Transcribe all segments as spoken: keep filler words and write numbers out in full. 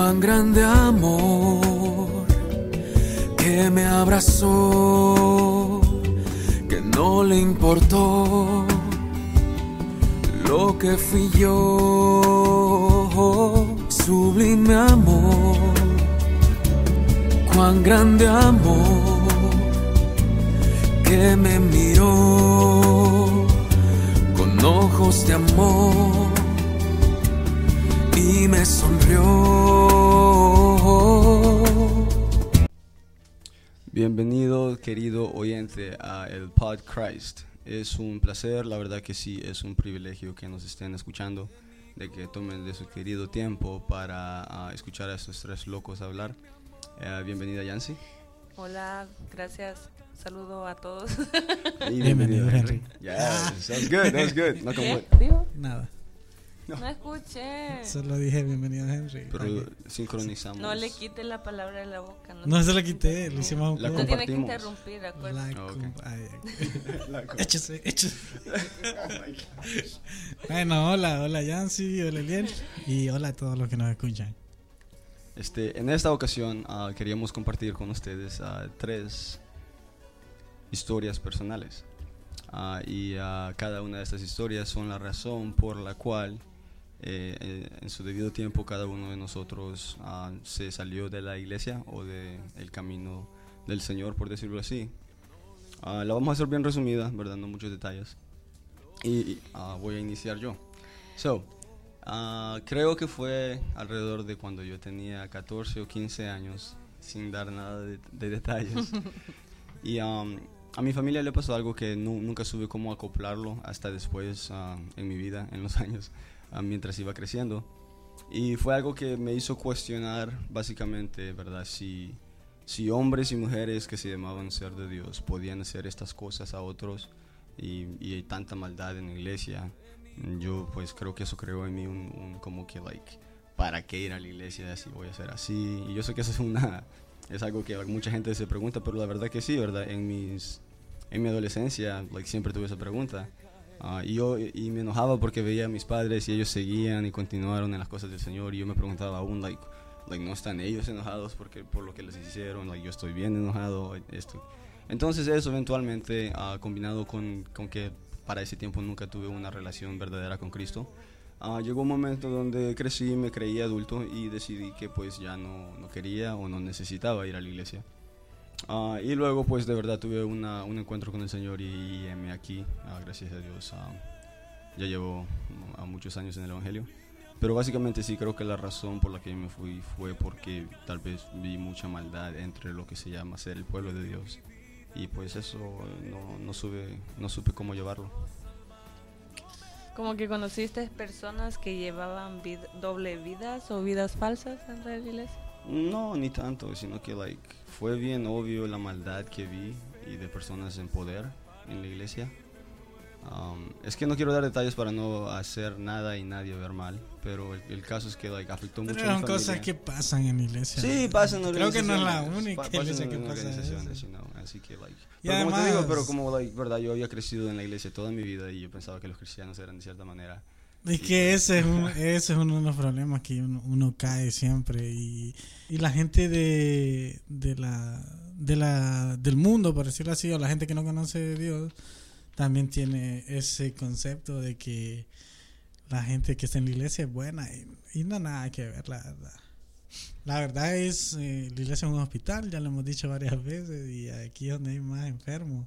Cuán grande amor que me abrazó, que no le importó lo que fui yo. Sublime amor, cuán grande amor que me miró con ojos de amor y me sonrió. Bienvenido, querido oyente, a el Pod Christ. Es un placer, la verdad que sí, es un privilegio que nos estén escuchando, de que tomen de su querido tiempo para uh, escuchar a estos tres locos hablar. Uh, bienvenida, Yancy. Hola, gracias. Saludo a todos. Y bienvenido, Henry. Yes, that's good, that's good. No, como... ¿Qué? ¿Digo? Nada. No. no escuché. Solo dije bienvenido, Henry. Pero sincronizamos. No le quite la palabra de la boca. No, no se la quité, lo hicimos. La no tiene que interrumpir, acuérdate. Oh, okay. Échese, échese. Oh my gosh. Bueno, hola, hola Yancy, hola Eliel y hola a todos los que nos escuchan. Este, en esta ocasión uh, queríamos compartir con ustedes uh, tres historias personales. Uh, y uh, cada una de estas historias son la razón por la cual eh, eh, en su debido tiempo cada uno de nosotros uh, se salió de la iglesia o del camino del Señor, por decirlo así. Uh, la vamos a hacer bien resumida, ¿verdad? No muchos detalles. Y uh, voy a iniciar yo. So, uh, creo que fue alrededor de cuando yo tenía catorce o quince años, sin dar nada de, de detalles. Y um, a mi familia le pasó algo que nu- nunca supe cómo acoplarlo hasta después uh, en mi vida, en los años, uh, mientras iba creciendo. Y fue algo que me hizo cuestionar básicamente, ¿verdad? Si, si hombres y mujeres que se llamaban ser de Dios podían hacer estas cosas a otros y, y hay tanta maldad en la iglesia. Yo pues creo que eso creó en mí un, un como que like, ¿para qué ir a la iglesia si voy a ser así? Y yo sé que eso es una... Es algo que mucha gente se pregunta, pero la verdad que sí, ¿verdad? En mis en mi adolescencia, like, siempre tuve esa pregunta. Uh, y yo y me enojaba porque veía a mis padres y ellos seguían y continuaron en las cosas del Señor. Y yo me preguntaba aún, like, like ¿no están ellos enojados porque, por lo que les hicieron? Like, yo estoy bien enojado. Esto. Entonces eso eventualmente, uh, combinado con, con que para ese tiempo nunca tuve una relación verdadera con Cristo, Uh, llegó un momento donde crecí, me creí adulto y decidí que pues ya no, no quería o no necesitaba ir a la iglesia. Uh, y luego pues de verdad tuve una, un encuentro con el Señor y, y heme aquí, uh, gracias a Dios. Uh, ya llevo uh, muchos años en el Evangelio. Pero básicamente sí creo que la razón por la que me fui fue porque tal vez vi mucha maldad entre lo que se llama ser el pueblo de Dios. Y pues eso no, no, supe, no supe cómo llevarlo. Como que conociste personas que llevaban vid- doble vidas o vidas falsas dentro de la iglesia. No, ni tanto, sino que like fue bien obvio la maldad que vi y de personas en poder en la iglesia. Um, es que no quiero dar detalles para no hacer nada y nadie ver mal, pero el, el caso es que like afectó pero mucho a mi son cosas familia. que pasan en la iglesia. Sí, pasan en Creo que no es la organizaciones, única pa- iglesia que en pasa organizaciones, eso. you know, así que like Y pero como además, te digo, pero como like, verdad, yo había crecido en la iglesia toda mi vida y yo pensaba que los cristianos eran de cierta manera. Es que ese es, un, ese es uno de los problemas que uno, uno cae siempre y, y la gente de, de la de la del mundo, por decirlo así, o la gente que no conoce de Dios también tiene ese concepto de que la gente que está en la iglesia es buena y, y no nada que ver, la verdad. La verdad es, eh, la iglesia es un hospital, ya lo hemos dicho varias veces, y aquí es donde hay más enfermos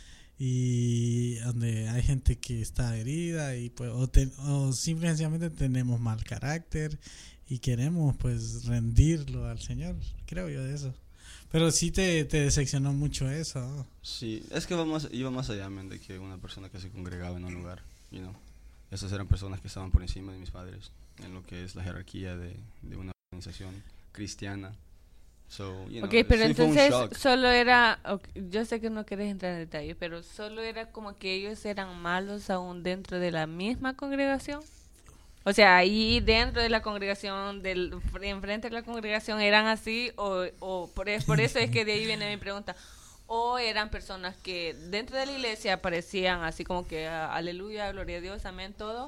y donde hay gente que está herida y pues o, te, o simplemente tenemos mal carácter y queremos pues rendirlo al Señor, creo yo de eso. Pero sí te, te decepcionó mucho eso, ¿no? Sí, es que iba más, iba más allá, man, de que una persona que se congregaba en un lugar, you know. Esas eran personas que estaban por encima de mis padres en lo que es la jerarquía de, de una organización cristiana. So, you know, Ok, pero sí fue un entonces shock. solo era, okay, yo sé que no querés entrar en detalle, pero solo era como que ellos eran malos aún dentro de la misma congregación. O sea, ahí dentro de la congregación, del enfrente de la congregación, eran así, o, o por, es, por eso es que de ahí viene mi pregunta. O eran personas que dentro de la iglesia parecían así como que aleluya, gloria a Dios, amén, todo,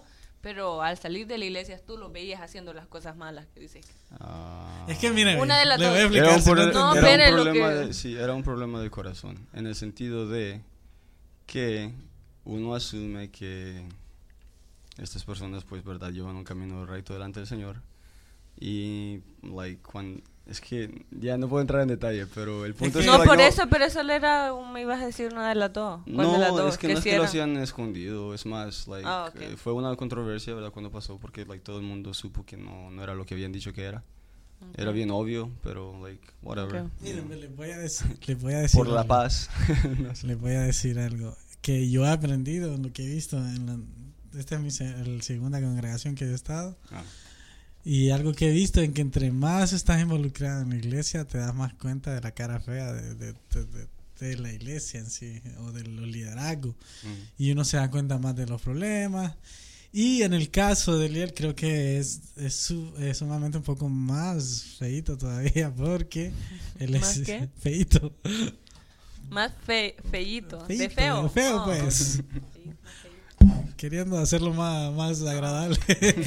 Pero al salir de la iglesia tú lo veías haciendo las cosas malas que dices. Ah, Es que miren, Una de las le voy a dos. era explicar. un, si pro- no No, era un pero lo problema que- de, sí, era un problema del corazón, en el sentido de que uno asume que estas personas, pues, verdad, llevan un camino recto delante del Señor y, like, cuando es que ya no puedo entrar en detalle, pero el punto es, que- que No, like, por no- eso, pero eso le era, me ibas a decir una de las dos. ¿Cuál de las No, dos? es que no es sí que lo era? hacían escondido, es más, like, Ah, ok. eh, fue una controversia, ¿verdad? Cuando pasó, porque, like, todo el mundo supo que no, no era lo que habían dicho que era. Ok. Era bien obvio, pero, like, whatever. Ok. Miren, les voy a decir, les voy a decir Por la algo. paz. No sé. Les voy a decir algo que yo he aprendido en lo que he visto en la, esta es mi se- el segunda congregación que he estado. Ah. Y algo que he visto en que entre más estás involucrado en la iglesia, te das más cuenta de la cara fea de, de, de, de- de la iglesia en sí, o de los liderazgos. Mm. Y uno se da cuenta más de los problemas. Y en el caso de Liel, creo que es, es, su- es sumamente un poco más feíto todavía, porque él ¿Más es qué? feíto. Más fe, feíto, de Feíto, feo. de feo, Oh. pues. Queriendo hacerlo más, más agradable.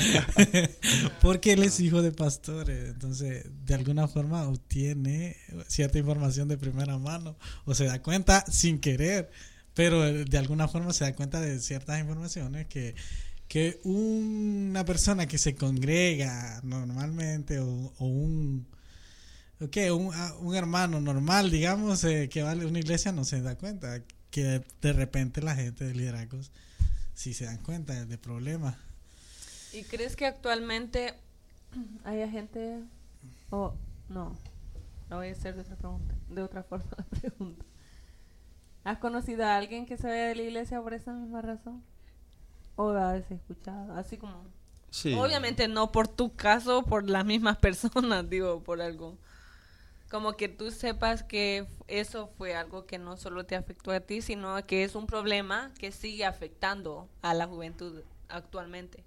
Porque él es hijo de pastores. Entonces, de alguna forma obtiene cierta información de primera mano. O se da cuenta sin querer. Pero eh, de alguna forma se da cuenta de ciertas informaciones que, que una persona que se congrega normalmente o, o un... Okay, un, a- un hermano normal, digamos, eh, que va a una iglesia no se da cuenta. Que de repente la gente de liderazgos sí se dan cuenta de problemas. ¿Y crees que actualmente haya gente o no? La voy a hacer de otra pregunta, de otra forma la pregunta. ¿Has conocido a alguien que se vaya de la iglesia por esa misma razón? ¿O has escuchado? Así como... Sí. Obviamente no por tu caso, por las mismas personas, digo, por algo. Como que tú sepas que eso fue algo que no solo te afectó a ti, sino que es un problema que sigue afectando a la juventud actualmente.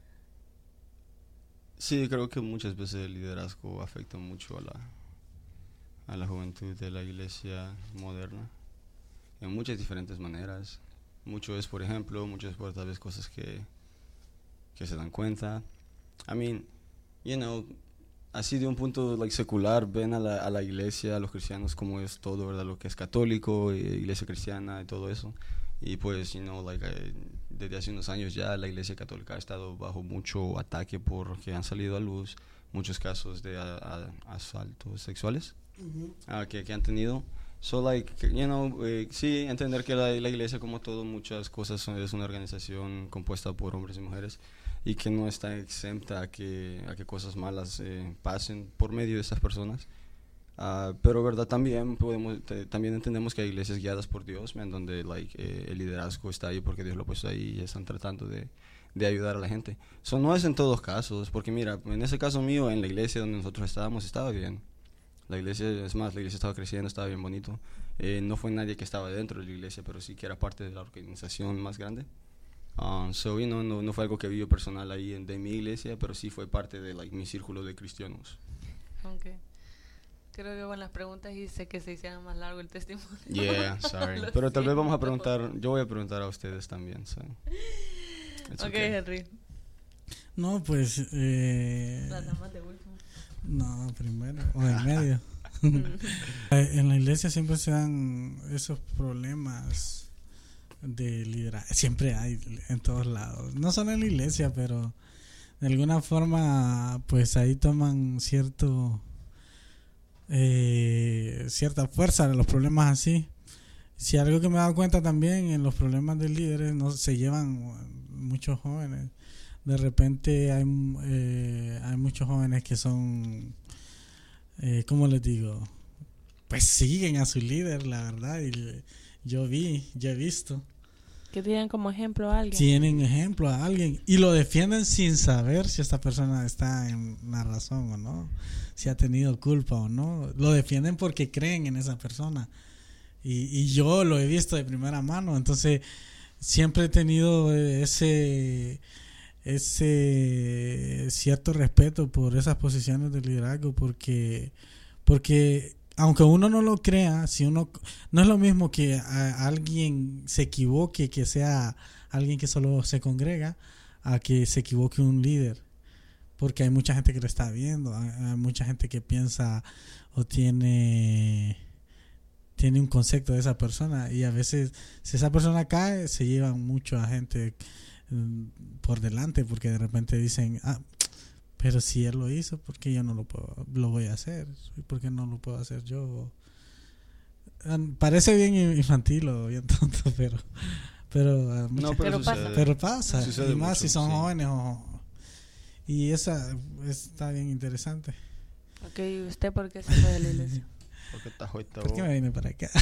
Sí, creo que muchas veces el liderazgo afecta mucho a la, a la juventud de la iglesia moderna, en muchas diferentes maneras. Mucho es, por ejemplo, mucho es por tal vez cosas que, que se dan cuenta. I mean, you know, así de un punto like, secular, ven a la, a la iglesia, a los cristianos como es todo, ¿verdad? Lo que es católico, eh, iglesia cristiana y todo eso. Y pues, you know, like, eh, desde hace unos años ya la iglesia católica ha estado bajo mucho ataque porque han salido a luz muchos casos de a, a, asaltos sexuales uh, que, que han tenido. So, like, you know, eh, sí, entender que la, la iglesia, como todo, muchas cosas son, es una organización compuesta por hombres y mujeres y que no está exenta a que, a que cosas malas eh, pasen por medio de estas personas. Uh, pero verdad también podemos te, también entendemos que hay iglesias guiadas por Dios, en donde like, eh, el liderazgo está ahí porque Dios lo ha puesto ahí y están tratando de, de ayudar a la gente. Eso no es en todos casos, porque mira, en ese caso mío, en la iglesia donde nosotros estábamos, estaba bien. La iglesia, es más, la iglesia estaba creciendo, estaba bien bonito. Eh, no fue nadie que estaba dentro de la iglesia, pero sí que era parte de la organización más grande. Um, so, you know, no, no fue algo que vi yo personal ahí en, de mi iglesia, pero sí fue parte de like, mi círculo de cristianos. Okay. Creo que con las preguntas hice que se hiciera más largo el testimonio. Yeah, sorry. Lo Pero tal vez vamos a siento. preguntar, yo voy a preguntar a ustedes también. So. It's Ok, okay. Henry. No, pues... Eh, Las damas de último. no, primero, o en medio. Eh, en la iglesia siempre se dan esos problemas de liderazgo. Siempre hay en todos lados. No solo en la iglesia, pero de alguna forma, pues ahí toman cierto... Eh, cierta fuerza de los problemas así. Si algo que me he dado cuenta también en los problemas de líderes no se llevan muchos jóvenes. De repente hay eh, hay muchos jóvenes que son eh, ¿cómo les digo? Pues siguen a su líder, la verdad. Y yo vi, yo he visto. Que tienen como ejemplo a alguien. Tienen ejemplo a alguien y lo defienden sin saber si esta persona está en la razón o no, si ha tenido culpa o no. Lo defienden porque creen en esa persona. Y, y yo lo he visto de primera mano. Entonces, siempre he tenido ese, ese cierto respeto por esas posiciones de liderazgo porque, porque aunque uno no lo crea, si uno no es lo mismo que a, a alguien se equivoque, que sea alguien que solo se congrega, a que se equivoque un líder, porque hay mucha gente que lo está viendo, hay, hay mucha gente que piensa o tiene tiene un concepto de esa persona, y a veces si esa persona cae se llevan mucho a gente um, por delante, porque de repente dicen, ah, pero si él lo hizo, ¿por qué yo no lo puedo, lo voy a hacer? ¿Por qué no lo puedo hacer yo? Um, parece bien infantil o bien tonto, pero pero, uh, No, mucha- pero, Pero sucede. pasa. pero pasa, Sucede y más mucho, si son sí. jóvenes o, y esa está bien interesante. Ok, ¿y usted por qué se fue de la iglesia? Porque está jodido. ¿Por qué me vine para acá?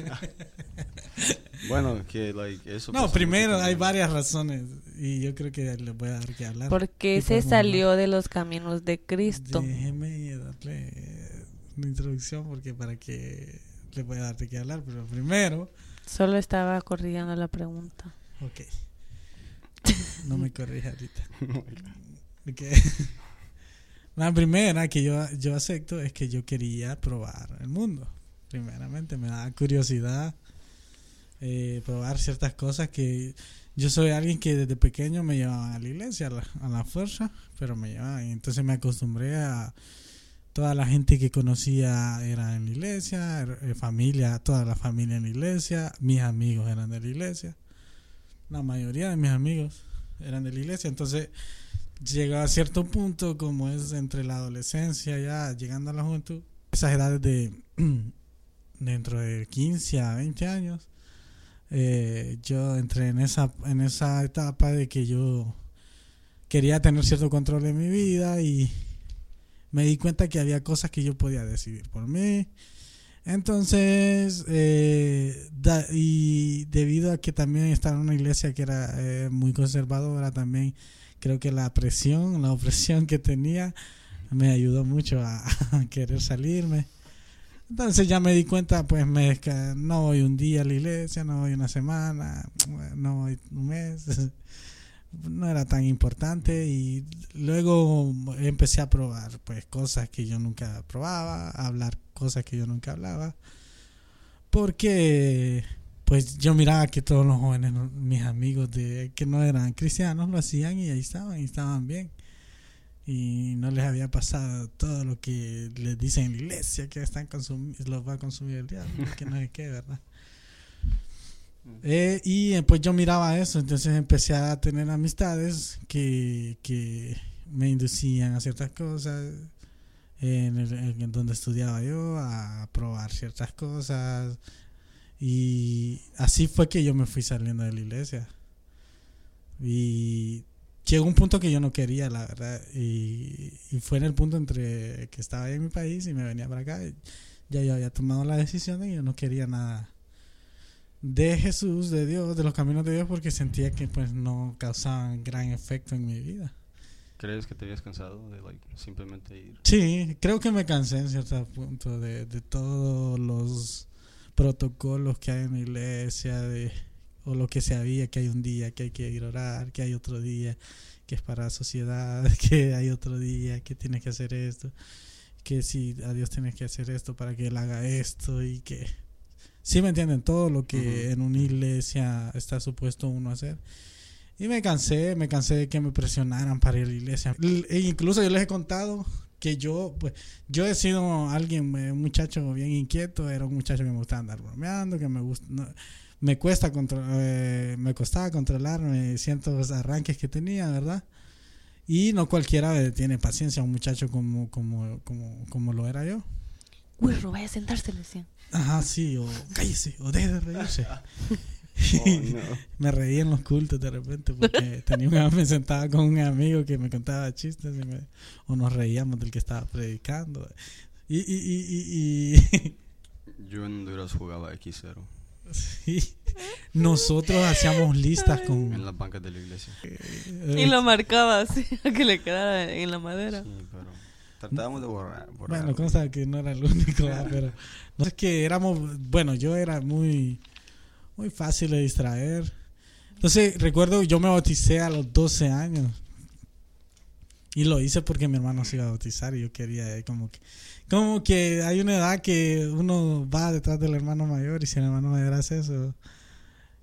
Bueno, que like, eso No, pasa primero mucho hay también. varias razones, y yo creo que les voy a dar que hablar. Porque Y se podemos salió de los caminos de Cristo. Déjeme darle una introducción, porque para que les voy a dar de qué hablar, pero primero, Solo estaba corrigiendo la pregunta. ok, no me corrija ahorita. Okay. La primera que yo, yo acepto es que yo quería probar el mundo. Primeramente me daba curiosidad eh, probar ciertas cosas, que yo soy alguien que desde pequeño me llevaban a la iglesia, a la, a la fuerza, pero me llevaban, y entonces me acostumbré a toda la gente que conocía era en la iglesia, eh, familia, toda la familia en la iglesia, mis amigos eran de la iglesia, la mayoría de mis amigos eran de la iglesia. Entonces llega a cierto punto, como es entre la adolescencia, ya llegando a la juventud, esas edades de dentro de quince a veinte años, eh, yo entré en esa en esa etapa de que yo quería tener cierto control de mi vida, y me di cuenta que había cosas que yo podía decidir por mí. Entonces, eh, da, y debido a que también estaba en una iglesia que era eh, muy conservadora, también creo que la presión, la opresión que tenía me ayudó mucho a, a querer salirme. Entonces ya me di cuenta, pues me no voy un día a la iglesia, no voy una semana, no voy un mes, no era tan importante. Y luego empecé a probar pues cosas que yo nunca probaba, a hablar cosas que yo nunca hablaba, porque pues yo miraba que todos los jóvenes, mis amigos de que no eran cristianos, lo hacían, y ahí estaban, y estaban bien, y no les había pasado todo lo que les dicen en la iglesia, que están consumi- los va a consumir el diablo, que no sé qué, ¿verdad? Eh, y pues yo miraba eso, entonces empecé a tener amistades que, que me inducían a ciertas cosas en, el, en donde estudiaba yo, a probar ciertas cosas, y así fue que yo me fui saliendo de la iglesia. Y llegó un punto que yo no quería, la verdad, y, y fue en el punto entre que estaba en mi país y me venía para acá. Ya yo había tomado la decisión de que yo no quería nada de Jesús, de Dios, de los caminos de Dios, porque sentía que pues no causaban gran efecto en mi vida. ¿Crees que te habías cansado de like, simplemente ir? Sí, creo que me cansé en cierto punto de, de todos los protocolos que hay en la iglesia, de, o lo que se había, que hay un día que hay que ir a orar, que hay otro día que es para la sociedad, que hay otro día que tienes que hacer esto, que si a Dios tienes que hacer esto para que Él haga esto, y que sí me entienden todo lo que uh-huh. en una iglesia está supuesto uno a hacer. Y me cansé, me cansé de que me presionaran para ir a la iglesia. E incluso yo les he contado que yo, pues, yo he sido alguien, un muchacho bien inquieto, era un muchacho que me gustaba andar bromeando, que me gusta, no, me cuesta contro- eh, me costaba controlarme ciertos arranques que tenía, ¿verdad? Y no cualquiera tiene paciencia a un muchacho como, como, como, como lo era yo. Uy, vaya a sentarse, le decían. Ajá, sí, o cállese, o deje de reírse. Oh, no. Me reía en los cultos de repente porque tenía un, me sentaba con un amigo que me contaba chistes y me, o nos reíamos del que estaba predicando, y, y, y, y, y yo en Honduras jugaba equis cero. Sí. Nosotros hacíamos listas con en las bancas de la iglesia. eh, Y lo marcaba así, a que le quedara en la madera. Sí, pero tratábamos de borrar, borrar bueno, consta que no era el único, ¿verdad? Pero no es que éramos, bueno, yo era muy muy fácil de distraer. Entonces recuerdo, yo me bauticé a los doce años, y lo hice porque mi hermano se iba a bautizar y yo quería, eh, como que como que hay una edad que uno va detrás del hermano mayor, y si el hermano mayor hace eso,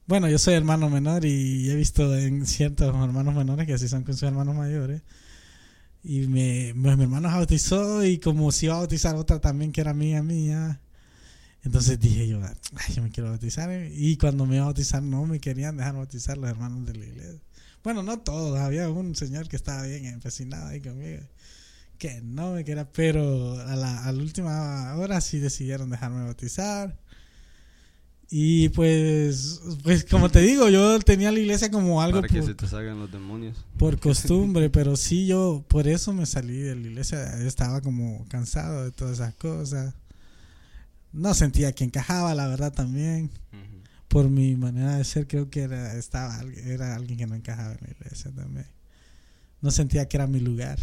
Bueno, yo soy hermano menor y he visto en ciertos hermanos menores que así son con sus hermanos mayores. Y me, pues, mi hermano se bautizó y como si iba a bautizar otra también que era amiga mía. Entonces dije yo, ay, yo me quiero bautizar. Y cuando me iba a bautizar no me querían dejar bautizar los hermanos de la iglesia. Bueno, no todos, había un señor que estaba bien empecinado ahí conmigo, que no me quería, pero a la, a la última hora sí decidieron dejarme bautizar. Y pues, pues como te digo, yo tenía la iglesia como algo para que por, se te salgan los demonios. por costumbre, pero sí yo, por eso me salí de la iglesia, yo estaba como cansado de todas esas cosas. No sentía que encajaba, la verdad también. Uh-huh. Por mi manera de ser, creo que era, estaba, era alguien que no encajaba en la iglesia también. No sentía que era mi lugar.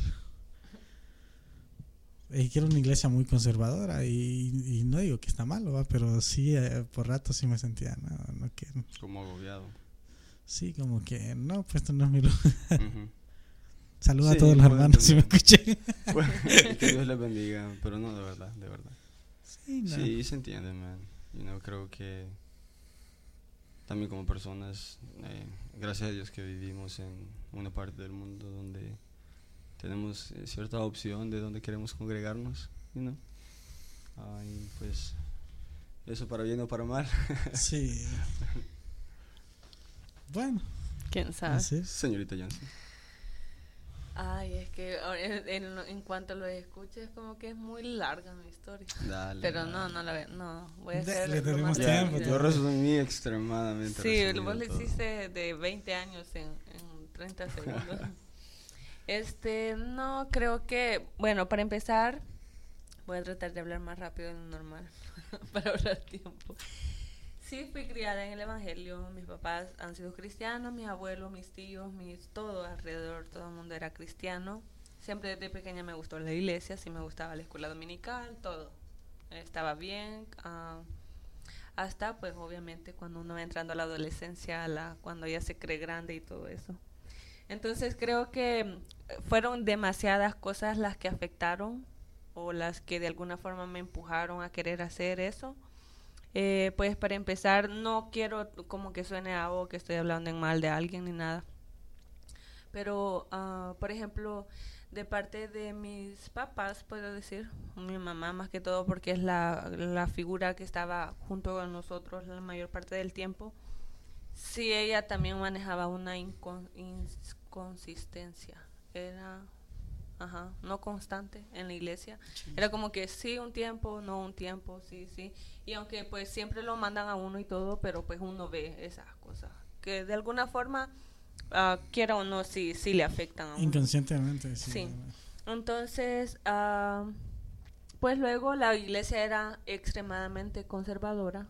Y que era una iglesia muy conservadora y, y no digo que está malo, ¿va? Pero sí, eh, por rato sí me sentía, no, no quiero. Como agobiado. Sí, como que no, pues esto no es mi lugar. Uh-huh. Saluda Sí, a todos los bueno, hermanos si me escuchan. Bueno, que Dios les bendiga, pero no, de verdad, de verdad. Sí, no. Sí, se entiende, man. You know, creo que también como personas, eh, gracias a Dios que vivimos en una parte del mundo donde tenemos eh, cierta opción de donde queremos congregarnos, you know. Ah, y pues eso para bien o para mal. Sí. Bueno, ¿Quién sabe? así es. Señorita Jansen. Ay, es que ahora en, en, en cuanto lo escuches, como que es muy larga mi historia. Dale. Pero no, no la ve, no, voy a De- hacer le lo tenemos más Ya, tiempo, rápido. yo resumí extremadamente. Sí, resumido vos le todo. hiciste de veinte años en, en treinta segundos. Este, no, creo que, bueno, para empezar, voy a tratar de hablar más rápido de lo normal para ahorrar tiempo. Sí, fui criada en el evangelio, mis papás han sido cristianos, mis abuelos, mis tíos, mis todo alrededor, todo el mundo era cristiano. Siempre desde pequeña me gustó la iglesia, sí me gustaba la escuela dominical, todo. Estaba bien, uh, hasta pues obviamente cuando uno va entrando a la adolescencia, a la, cuando ya se cree grande y todo eso. Entonces creo que fueron demasiadas cosas las que afectaron o las que de alguna forma me empujaron a querer hacer eso. Eh, pues para empezar, no quiero como que suene a algo que estoy hablando en mal de alguien ni nada. Pero, uh, por ejemplo, de parte de mis papás, puedo decir, mi mamá más que todo porque es la, la figura que estaba junto con nosotros la mayor parte del tiempo. Sí, ella también manejaba una incon- inconsistencia, era, ajá, no constante en la iglesia. Era como que sí un tiempo, no un tiempo, sí, sí. Y aunque pues siempre lo mandan a uno y todo, pero pues uno ve esas cosas que de alguna forma, uh, quiera o no, sí, sí le afectan a uno. Inconscientemente, sí. Sí. Entonces, uh, pues luego la iglesia era extremadamente conservadora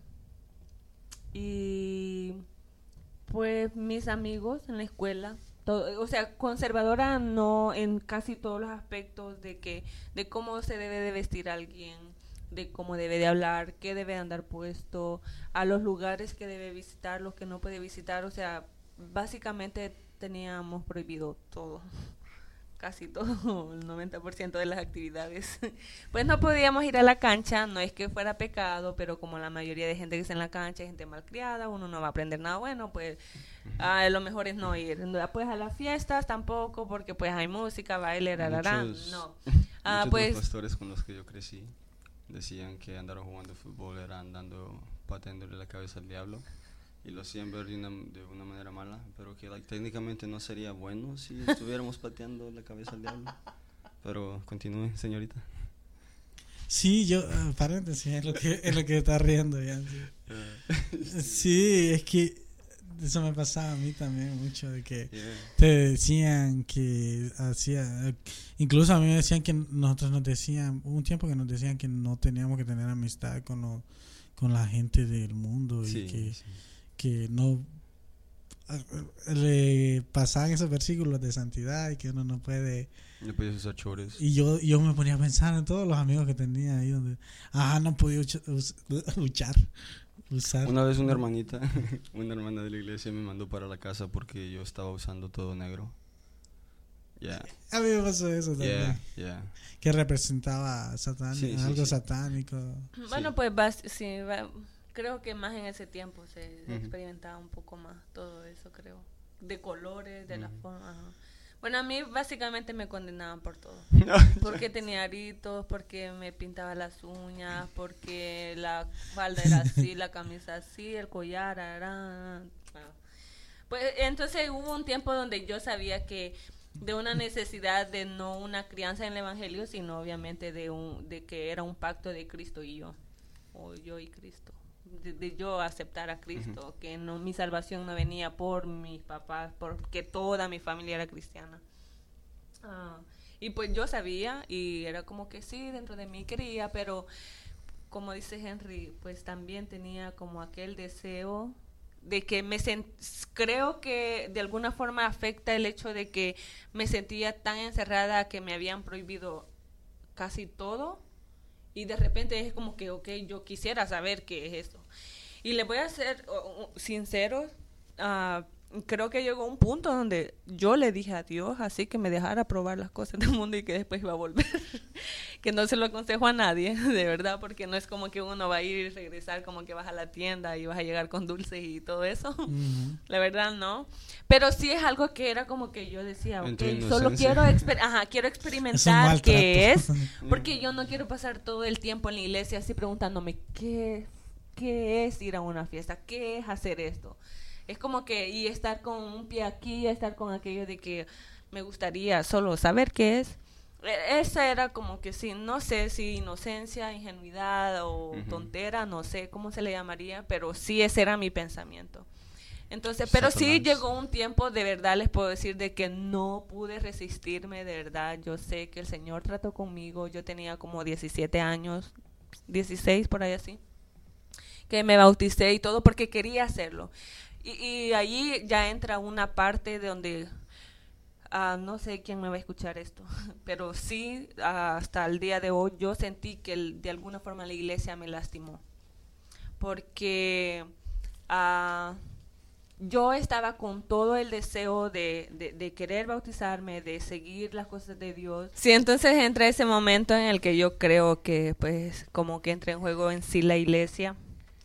y pues mis amigos en la escuela, todo, o sea, conservadora no en casi todos los aspectos de que de cómo se debe de vestir alguien, de cómo debe de hablar, qué debe de andar puesto, a los lugares que debe visitar, los que no puede visitar, o sea, básicamente teníamos prohibido todo. Casi todo, el noventa por ciento de las actividades. Pues no podíamos ir a la cancha, no es que fuera pecado, pero como la mayoría de gente que está en la cancha es gente malcriada, uno no va a aprender nada bueno, pues ah, lo mejor es no ir. Pues a las fiestas tampoco, porque pues hay música, baile, rarará, Muchos, no. muchos Ah, de pues, los pastores con los que yo crecí decían que andar jugando fútbol era andando pateándole la cabeza al diablo. Y lo hacían ver de una, de una manera mala, pero que like, técnicamente no sería bueno si estuviéramos pateando la cabeza al diablo. Pero continúe, señorita. Sí, yo, uh, paréntesis, es lo que, es lo que está riendo ya. Sí. Sí, es que eso me pasaba a mí también mucho, de que Yeah. te decían que hacía, incluso a mí me decían que nosotros nos decían, hubo un tiempo que nos decían que no teníamos que tener amistad con, lo, con la gente del mundo Sí, y que... sí. que no le pasaban esos versículos de santidad y que uno no puede, No podías usar chores. y yo yo me ponía a pensar en todos los amigos que tenía ahí donde ajá no podía ucha- us- luchar usar Una vez una hermanita, una hermana de la iglesia me mandó para la casa porque yo estaba usando todo negro. Yeah, a mí me pasó eso también, yeah, yeah. que representaba satán- Sí, sí, algo sí. satánico. bueno, Sí. pues vas, sí, va, Creo que más en ese tiempo se, se Ujú. experimentaba un poco más todo eso, creo. De colores, de la Ujú. forma. Ajá. Bueno, a mí básicamente me condenaban por todo. Porque tenía aritos, porque me pintaba las uñas, porque la falda era así, la camisa así, el collar, arán. Bueno. Pues entonces hubo un tiempo donde yo sabía que de una necesidad de no una crianza en el evangelio, sino obviamente de un de que era un pacto de Cristo y yo, o yo y Cristo, de, de yo aceptar a Cristo, uh-huh. que no, mi salvación no venía por mis papás, porque toda mi familia era cristiana. Ah, y pues yo sabía y era como que sí, dentro de mí quería, pero como dice Henry, pues también tenía como aquel deseo de que me sent- creo que de alguna forma afecta el hecho de que me sentía tan encerrada que me habían prohibido casi todo y de repente es como que ok, yo quisiera saber qué es esto. Y les voy a ser uh, sincero, uh, creo que llegó un punto donde yo le dije a Dios así que me dejara probar las cosas del mundo y que después iba a volver. Que no se lo aconsejo a nadie, de verdad, porque no es como que uno va a ir y regresar como que vas a la tienda y vas a llegar con dulces y todo eso. Uh-huh. La verdad, no. Pero sí es algo que era como que yo decía, ok, solo quiero, exper- Ajá, quiero experimentar qué es, porque yo no quiero pasar todo el tiempo en la iglesia así preguntándome qué, qué es ir a una fiesta, qué es hacer esto. Es como que, y estar con un pie aquí, estar con aquello de que me gustaría solo saber qué es. Esa era como que sí, no sé si inocencia, ingenuidad o uh-huh. tontera, no sé cómo se le llamaría, pero sí ese era mi pensamiento. Entonces, pero Satanás. Sí llegó un tiempo, de verdad les puedo decir, de que no pude resistirme, de verdad. Yo sé que el Señor trató conmigo, yo tenía como diecisiete años, dieciséis por ahí así, que me bauticé y todo porque quería hacerlo. Y, y ahí ya entra una parte de donde, uh, no sé quién me va a escuchar esto, pero sí, uh, hasta el día de hoy yo sentí que el, de alguna forma la iglesia me lastimó. Porque uh, yo estaba con todo el deseo de, de, de querer bautizarme, de seguir las cosas de Dios. Sí, entonces entra ese momento en el que yo creo que pues como que entra en juego en sí la iglesia.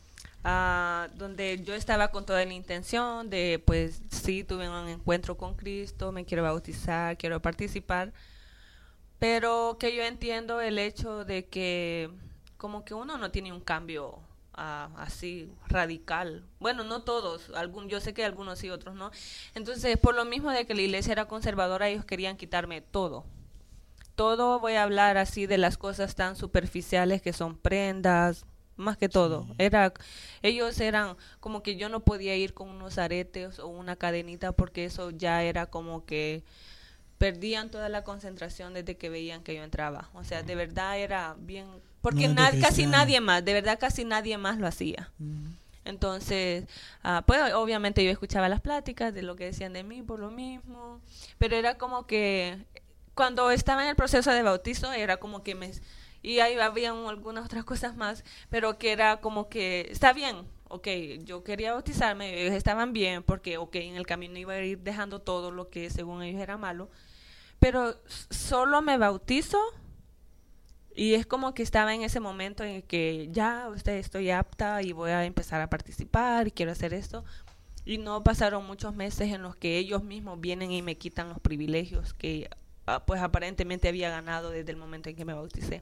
Uh, donde yo estaba con toda la intención de, pues, sí, tuve un encuentro con Cristo, me quiero bautizar, quiero participar, pero que yo entiendo el hecho de que como que uno no tiene un cambio uh, así radical. Bueno, no todos, algún, yo sé que algunos sí, otros no. Entonces, por lo mismo de que la iglesia era conservadora, ellos querían quitarme todo. Todo, voy a hablar así de las cosas tan superficiales que son prendas, más que todo, sí. era ellos eran como que yo no podía ir con unos aretes o una cadenita porque eso ya era como que perdían toda la concentración desde que veían que yo entraba. O sea, de verdad era bien, porque no na- casi nadie más, de verdad casi nadie más lo hacía. Uh-huh. Entonces, uh, pues obviamente yo escuchaba las pláticas de lo que decían de mí por lo mismo, pero era como que cuando estaba en el proceso de bautizo era como que me... Y ahí había algunas otras cosas más, pero que era como que, está bien, ok, yo quería bautizarme, ellos estaban bien, porque, ok, en el camino iba a ir dejando todo lo que según ellos era malo, pero solo me bautizo y es como que estaba en ese momento en el que ya usted estoy apta y voy a empezar a participar y quiero hacer esto. Y no pasaron muchos meses en los que ellos mismos vienen y me quitan los privilegios que pues aparentemente había ganado desde el momento en que me bauticé.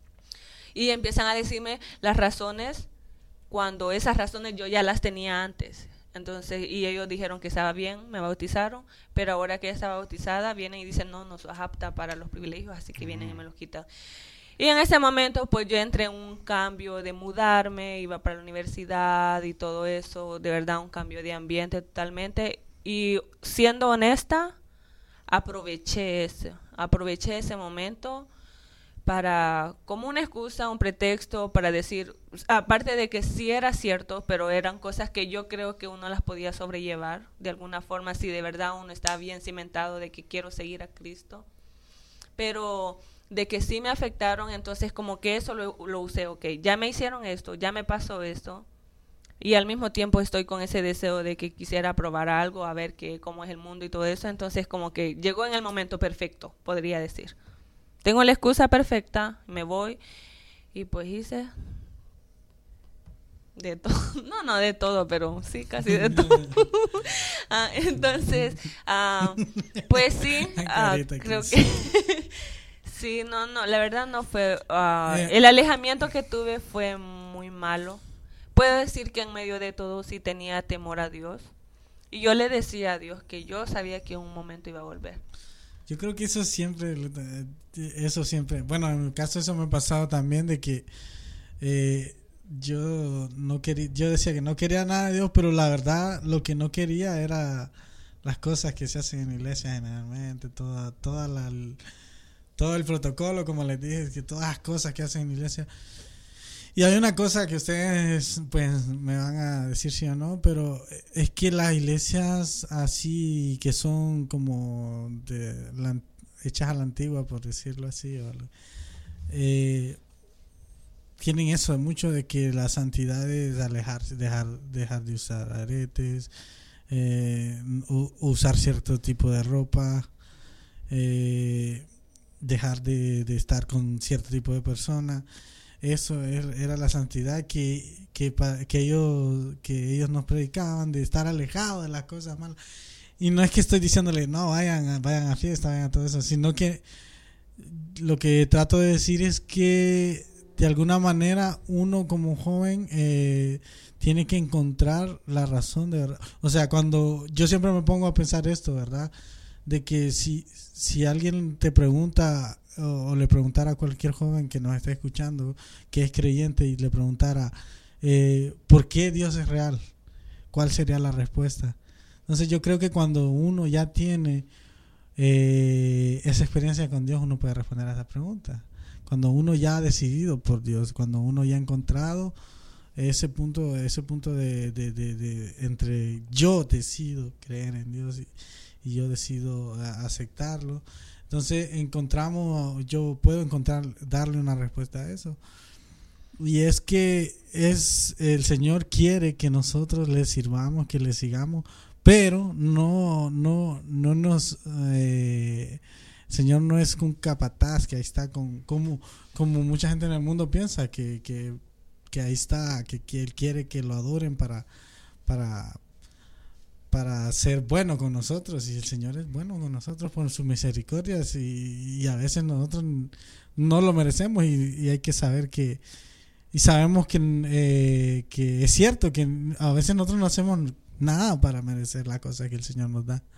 Y empiezan a decirme las razones cuando esas razones yo ya las tenía antes. Entonces, y ellos dijeron que estaba bien, me bautizaron, pero ahora que ya estaba bautizada, vienen y dicen, no, no sos apta para los privilegios, así que vienen y me los quitan. Y en ese momento, pues yo entré en un cambio de mudarme, iba para la universidad y todo eso, de verdad un cambio de ambiente totalmente. Y siendo honesta, aproveché ese, aproveché ese momento para, como una excusa, un pretexto para decir, aparte de que sí era cierto, pero eran cosas que yo creo que uno las podía sobrellevar de alguna forma, si de verdad uno está bien cimentado de que quiero seguir a Cristo, pero de que sí me afectaron, entonces como que eso lo, lo usé, ok, ya me hicieron esto, ya me pasó esto, y al mismo tiempo estoy con ese deseo de que quisiera probar algo, a ver qué, cómo es el mundo y todo eso, entonces como que llegó en el momento perfecto, podría decir. Tengo la excusa perfecta, me voy y pues hice De todo, no, no de todo, pero sí, casi de todo. Ah, entonces, ah, pues sí, ah, creo que sí, no, no, la verdad no fue, ah, el alejamiento que tuve fue muy malo. Puedo decir que en medio de todo sí tenía temor a Dios. Y yo le decía a Dios que yo sabía que en un momento iba a volver. Yo creo que eso siempre, eso siempre, bueno, en mi caso eso me ha pasado también, de que eh, yo no quería, yo decía que no quería nada de Dios, pero la verdad lo que no quería era las cosas que se hacen en la iglesia generalmente, toda, toda la, todo el protocolo, como les dije, que todas las cosas que hacen en la iglesia. Y hay una cosa que ustedes pues me van a decir sí o no, pero es que las iglesias así que son como de la, hechas a la antigua, por decirlo así, o, eh, tienen eso mucho de que la santidad es alejarse, dejar, dejar de usar aretes, eh, u, usar cierto tipo de ropa, eh, dejar de, de estar con cierto tipo de personas. Eso era la santidad que, que, que, ellos, que ellos nos predicaban, de estar alejados de las cosas malas. Y no es que estoy diciéndole, no, vayan, vayan a fiesta, vayan a todo eso, sino que lo que trato de decir es que de alguna manera uno como joven eh, tiene que encontrar la razón de verdad. O sea, cuando yo siempre me pongo a pensar esto, ¿verdad? De que si, si alguien te pregunta o, o le preguntara a cualquier joven que nos está escuchando, que es creyente, y le preguntara eh, ¿por qué Dios es real? ¿Cuál sería la respuesta? Entonces yo creo que cuando uno ya tiene eh, esa experiencia con Dios, uno puede responder a esa pregunta. Cuando uno ya ha decidido por Dios, cuando uno ya ha encontrado ese punto, ese punto de, de, de, de entre yo decido creer en Dios y, y yo decido aceptarlo, entonces encontramos, yo puedo encontrar, darle una respuesta a eso. Y es que es el Señor quiere que nosotros le sirvamos, que le sigamos, pero no, no, no nos eh, el Señor no es un capataz que ahí está con, como, como mucha gente en el mundo piensa que, que, que ahí está, que, que Él quiere que lo adoren para, para, para ser bueno con nosotros. Y el Señor es bueno con nosotros por sus misericordias, y, y a veces nosotros no lo merecemos, y, y hay que saber que, y sabemos que, eh, que es cierto que a veces nosotros no hacemos nada para merecer la cosa que el Señor nos da.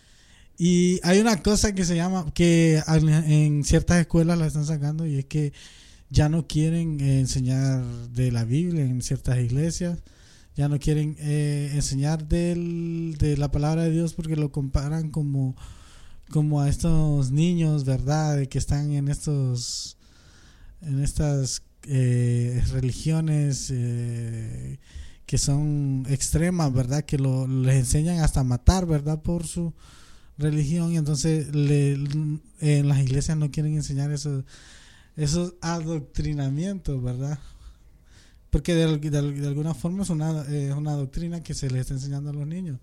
Y hay una cosa que se llama, que en ciertas escuelas la están sacando, y es que ya no quieren eh, enseñar de la Biblia en ciertas iglesias, ya no quieren eh, enseñar del, de la palabra de Dios, porque lo comparan como, como a estos niños, ¿verdad?, de que están en estos en estas eh, religiones eh, que son extremas, ¿verdad?, que lo, les enseñan hasta matar, ¿verdad?, por su religión. Y entonces le, en las iglesias no quieren enseñar esos, esos adoctrinamientos, ¿verdad? Porque de, de, de alguna forma es una, es una doctrina que se les está enseñando a los niños.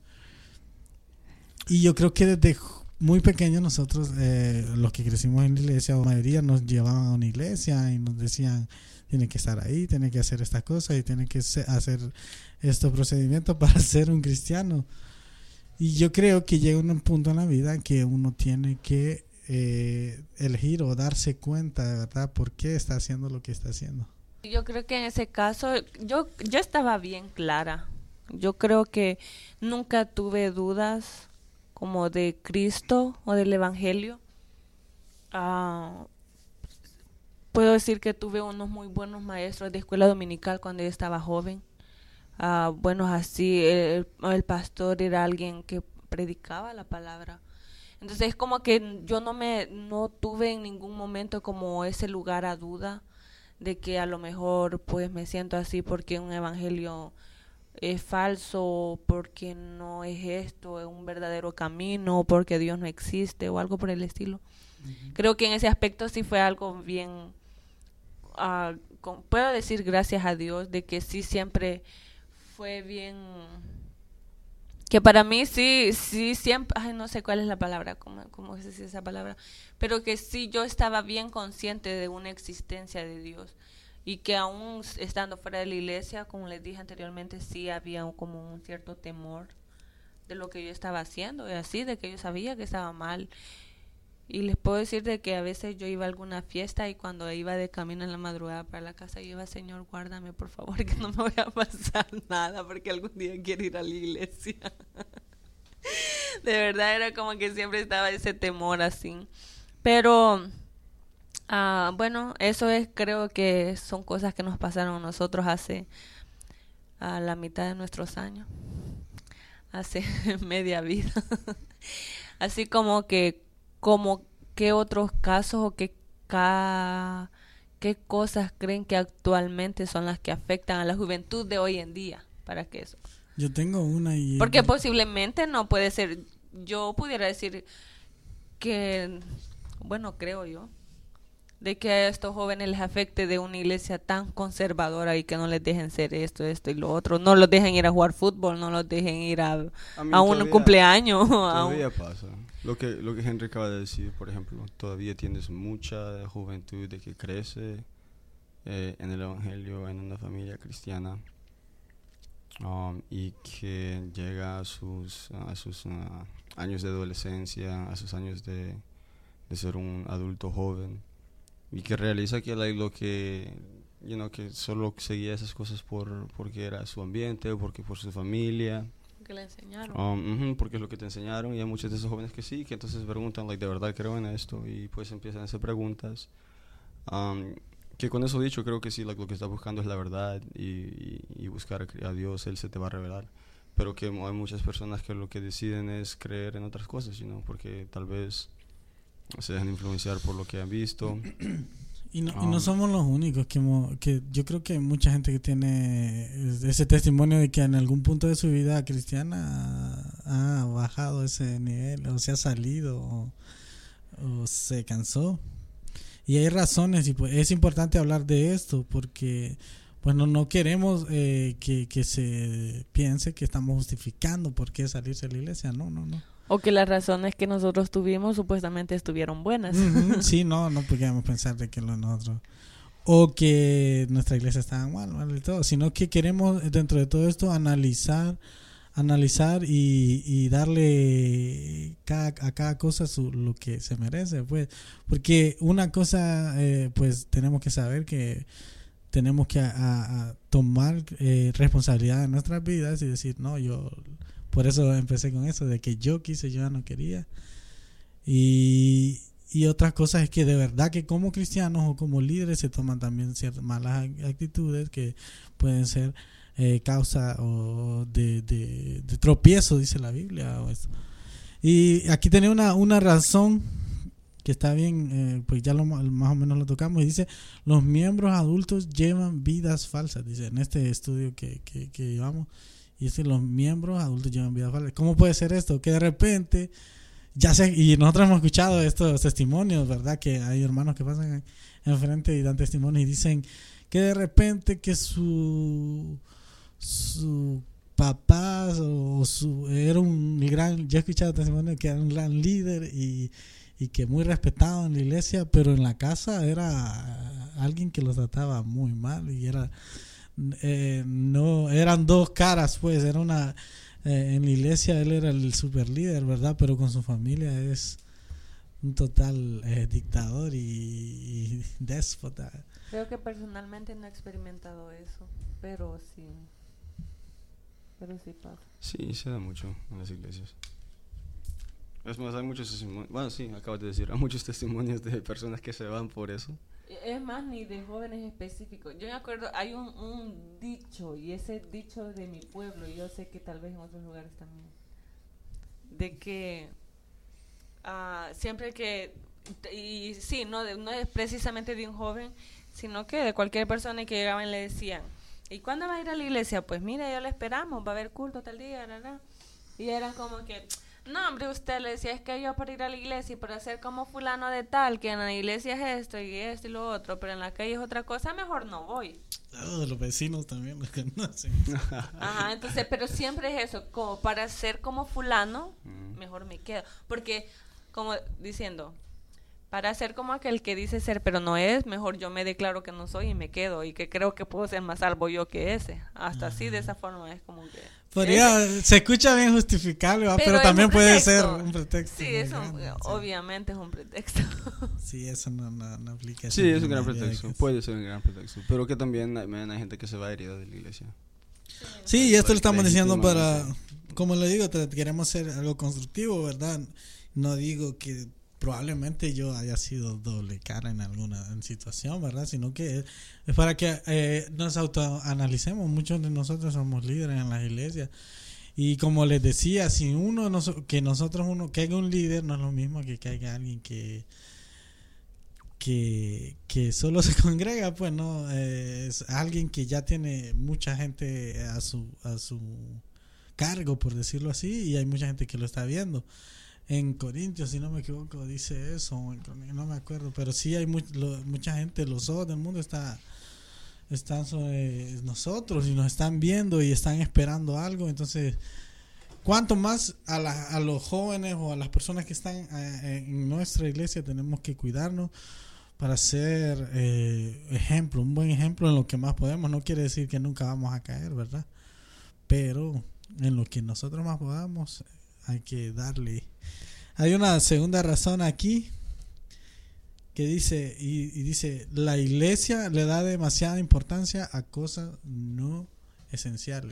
Y yo creo que desde muy pequeños nosotros, eh, los que crecimos en la iglesia, la mayoría nos llevaban a una iglesia y nos decían, tiene que estar ahí, tiene que hacer estas cosas y tiene que hacer estos procedimientos para ser un cristiano. Y yo creo que llega un punto en la vida en que uno tiene que eh, elegir o darse cuenta de verdad por qué está haciendo lo que está haciendo. Yo creo que en ese caso yo, yo estaba bien clara. Yo creo que nunca tuve dudas como de Cristo o del Evangelio. Uh, puedo decir que tuve unos muy buenos maestros de escuela dominical cuando yo estaba joven. Uh, bueno, así el, el pastor era alguien que predicaba la palabra. Entonces es como que yo no me no tuve en ningún momento como ese lugar a duda de que a lo mejor pues me siento así porque un evangelio es falso, porque no es esto, es un verdadero camino, porque Dios no existe o algo por el estilo. Uh-huh. Creo que en ese aspecto sí fue algo bien, uh, con, puedo decir gracias a Dios de que sí siempre fue bien, que para mí sí, sí siempre, ay, no sé cuál es la palabra, cómo, cómo se dice esa palabra, pero que sí yo estaba bien consciente de una existencia de Dios. y que aún estando fuera de la iglesia, como les dije anteriormente, sí había un, como un cierto temor de lo que yo estaba haciendo y así, de que yo sabía que estaba mal. Y les puedo decir de que a veces yo iba a alguna fiesta y cuando iba de camino en la madrugada para la casa, yo iba, Señor, guárdame por favor, que no me vaya a pasar nada, porque algún día quiero ir a la iglesia. De verdad era como que siempre estaba ese temor así. Pero, uh, bueno, eso es, creo que son cosas que nos pasaron a nosotros hace a la mitad de nuestros años, hace media vida. Así como que como qué otros casos o qué ca, qué cosas creen que actualmente son las que afectan a la juventud de hoy en día, para que eso. Yo tengo una y porque posiblemente no puede ser, yo pudiera decir que, bueno, creo yo, de que a estos jóvenes les afecte de una iglesia tan conservadora y que no les dejen ser esto, esto y lo otro, no los dejen ir a jugar fútbol, no los dejen ir a, a, a un todavía, cumpleaños. Todavía a un... pasa. Lo que, lo que Henry acaba de decir, por ejemplo, todavía tienes mucha juventud de que crece eh, en el evangelio, en una familia cristiana, um, y que llega a sus, a sus uh, años de adolescencia, a sus años de, de ser un adulto joven, y que realiza que la, lo que, you know, que solo seguía esas cosas por porque era su ambiente, porque por su familia. Que le enseñaron. Um, uh-huh, porque es lo que te enseñaron, y hay muchos de esos jóvenes que sí, que entonces preguntan, like, ¿de verdad creo en esto? Y pues empiezan a hacer preguntas. Um, que con eso dicho, creo que sí, like, lo que estás buscando es la verdad y, y, y buscar a Dios, Él se te va a revelar. Pero que hay muchas personas que lo que deciden es creer en otras cosas, ¿no? Porque tal vez se dejan influenciar por lo que han visto. Y no, um, y no somos los únicos que, que yo creo que hay mucha gente que tiene ese testimonio de que en algún punto de su vida cristiana ha, ha bajado ese nivel, o se ha salido o, o se cansó, y hay razones, y pues es importante hablar de esto porque pues no, no queremos eh, que, que se piense que estamos justificando por qué salirse de la iglesia. No, no, no. O que las razones que nosotros tuvimos supuestamente estuvieron buenas. Uh-huh. Sí, no, no podíamos pensar de que lo nosotros, o que nuestra iglesia estaba mal, mal y todo, sino que queremos dentro de todo esto analizar, analizar y, y darle cada, a cada cosa su, lo que se merece, pues, porque una cosa, eh, pues, tenemos que saber que tenemos que a, a, a tomar eh, responsabilidad de nuestras vidas y decir, no, yo por eso empecé con eso, de que yo quise, yo ya no quería. Y, y otras cosas es que de verdad que como cristianos o como líderes se toman también ciertas malas actitudes que pueden ser eh, causa o de, de, de tropiezo, dice la Biblia. O eso. Y aquí tenía una, una razón que está bien, eh, pues ya lo, más o menos lo tocamos, y dice, los miembros adultos llevan vidas falsas, dice en este estudio que, que, que llevamos. Y es que los miembros adultos llevan vidas falsas. ¿Cómo puede ser esto? Que de repente, ya sé, y nosotros hemos escuchado estos testimonios, ¿verdad? Que hay hermanos que pasan enfrente y dan testimonios y dicen que de repente que su su papá o su era un gran, yo he escuchado testimonios que era un gran líder y, y que muy respetado en la iglesia, pero en la casa era alguien que los trataba muy mal y era Eh, no, eran dos caras, pues era una eh, en la iglesia él era el super líder, ¿verdad? Pero con su familia es un total eh, dictador y, y déspota. Creo que personalmente no he experimentado eso, pero sí, pero sí pasa. Sí, se da mucho en las iglesias. Es más, hay muchos testimonios, bueno, sí, acabas de decir, hay muchos testimonios de personas que se van por eso. Es más, ni de jóvenes específicos. Yo me acuerdo, hay un, un dicho, y ese dicho de mi pueblo, y yo sé que tal vez en otros lugares también, de que uh, siempre que, y sí, no, de, no es precisamente de un joven, sino que de cualquier persona que llegaban y le decían, ¿y cuándo va a ir a la iglesia? Pues mira, ya lo esperamos, va a haber culto tal día, ¿verdad? Y eran como que... No, hombre, usted le decía, es que yo para ir a la iglesia y para ser como fulano de tal, que en la iglesia es esto y esto y lo otro, pero en la calle es otra cosa, mejor no voy. Oh, los vecinos también los conocen. Ajá, entonces, pero siempre es eso, como para ser como fulano, mejor me quedo. Porque, como diciendo, Para ser como aquel que dice ser, pero no es, mejor yo me declaro que no soy y me quedo, y que creo que puedo ser más salvo yo que ese. Hasta uh-huh. así, de esa forma, es como que... Podría, ese, se escucha bien justificable, ¿va? Pero, pero también puede ser un pretexto. Sí, eso grande, obviamente sí. Es un pretexto. Sí, eso no, no, no aplica. Sí, es un gran pretexto, puede ser un gran pretexto, pero que también hay, hay gente que se va herida de la iglesia. Sí, y esto lo estamos diciendo para, como le digo, queremos hacer algo constructivo, ¿verdad? No digo que probablemente yo haya sido doble cara en alguna en situación, ¿verdad? Sino que es para que eh, nos autoanalicemos. Muchos de nosotros somos líderes en las iglesias. Y como les decía, si uno, nos, que nosotros uno, que haya un líder, no es lo mismo que que haya alguien que que, que solo se congrega, pues no, eh, es alguien que ya tiene mucha gente a su, a su cargo, por decirlo así, y hay mucha gente que lo está viendo. En Corintios, si no me equivoco, dice eso, no me acuerdo, pero sí hay muy, lo, mucha gente, los ojos del mundo está, están sobre nosotros y nos están viendo y están esperando algo. Entonces, cuanto más a, la, a los jóvenes o a las personas que están eh, en nuestra iglesia tenemos que cuidarnos para ser eh, ejemplo, un buen ejemplo en lo que más podemos. No quiere decir que nunca vamos a caer, ¿verdad? Pero en lo que nosotros más podamos hay que darle. Hay una segunda razón aquí que dice y, y dice la iglesia le da demasiada importancia a cosas no esenciales.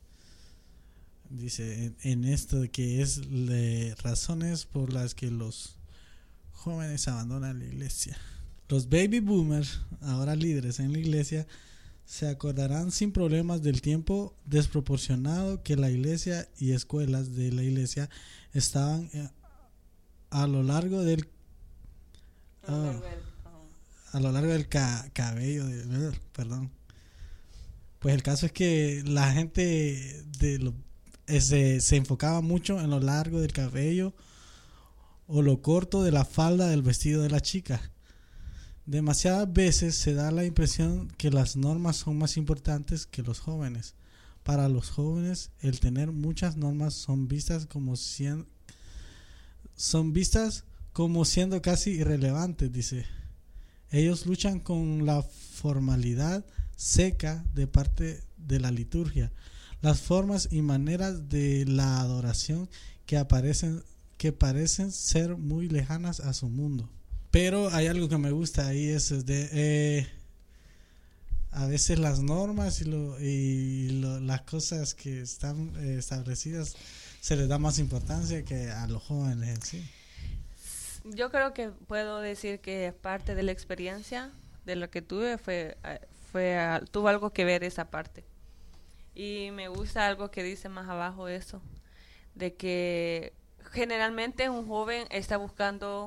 Dice en, en esto que es de razones por las que los jóvenes abandonan la iglesia. Los baby boomers, ahora líderes en la iglesia, se acordarán sin problemas del tiempo desproporcionado que la iglesia y escuelas de la iglesia estaban a lo largo del oh, a lo largo del ca- cabello de, perdón pues el caso es que la gente de lo, ese, se enfocaba mucho en lo largo del cabello o lo corto de la falda del vestido de la chica. Demasiadas veces se da la impresión que las normas son más importantes que los jóvenes. Para los jóvenes, el tener muchas normas son vistas como siendo, son vistas como siendo casi irrelevantes, dice. Ellos luchan con la formalidad seca de parte de la liturgia, las formas y maneras de la adoración que aparecen, que parecen ser muy lejanas a su mundo. Pero hay algo que me gusta ahí, es de eh, a veces las normas y, lo, y lo, las cosas que están eh, establecidas se les da más importancia que a los jóvenes en sí. Yo creo que puedo decir que parte de la experiencia de lo que tuve fue, fue tuvo algo que ver esa parte. Y me gusta algo que dice más abajo eso, de que generalmente un joven está buscando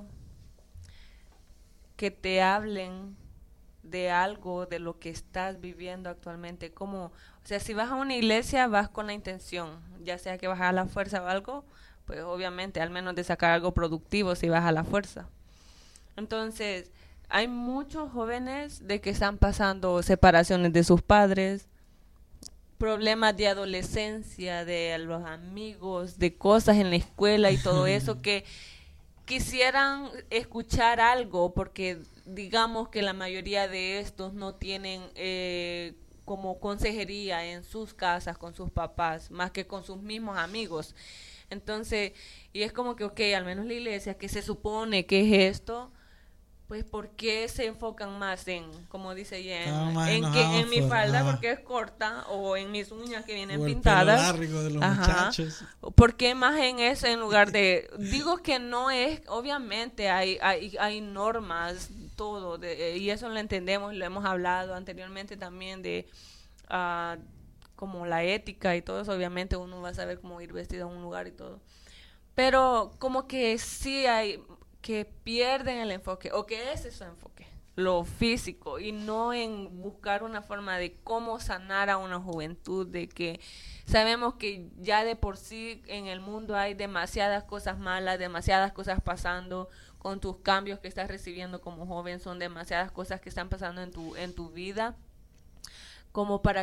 que te hablen de algo, de lo que estás viviendo actualmente. Como, o sea, si vas a una iglesia, vas con la intención, ya sea que vas a la fuerza o algo, pues obviamente al menos de sacar algo productivo si vas a la fuerza. Entonces, hay muchos jóvenes de que están pasando separaciones de sus padres, problemas de adolescencia, de los amigos, de cosas en la escuela y todo eso, que quisieran escuchar algo, porque digamos que la mayoría de estos no tienen eh, como consejería en sus casas con sus papás, más que con sus mismos amigos. Entonces, y es como que, ok, al menos la iglesia, que se supone que es esto, pues ¿por qué se enfocan más en, como dice Jen, en, que, en mi falda ah. porque es corta, o en mis uñas que vienen o el pintadas? Pelo largo de los Ajá. muchachos. ¿Por qué más en eso en lugar de, digo que no es, obviamente hay hay, hay normas, todo, de, y eso lo entendemos, lo hemos hablado anteriormente también de uh, como la ética y todo eso, obviamente uno va a saber cómo ir vestido a un lugar y todo, pero como que sí hay que pierden el enfoque, o que ese es su enfoque, lo físico, y no en buscar una forma de cómo sanar a una juventud, de que sabemos que ya de por sí en el mundo hay demasiadas cosas malas, demasiadas cosas pasando con tus cambios que estás recibiendo como joven, son demasiadas cosas que están pasando en tu, en tu vida, como para que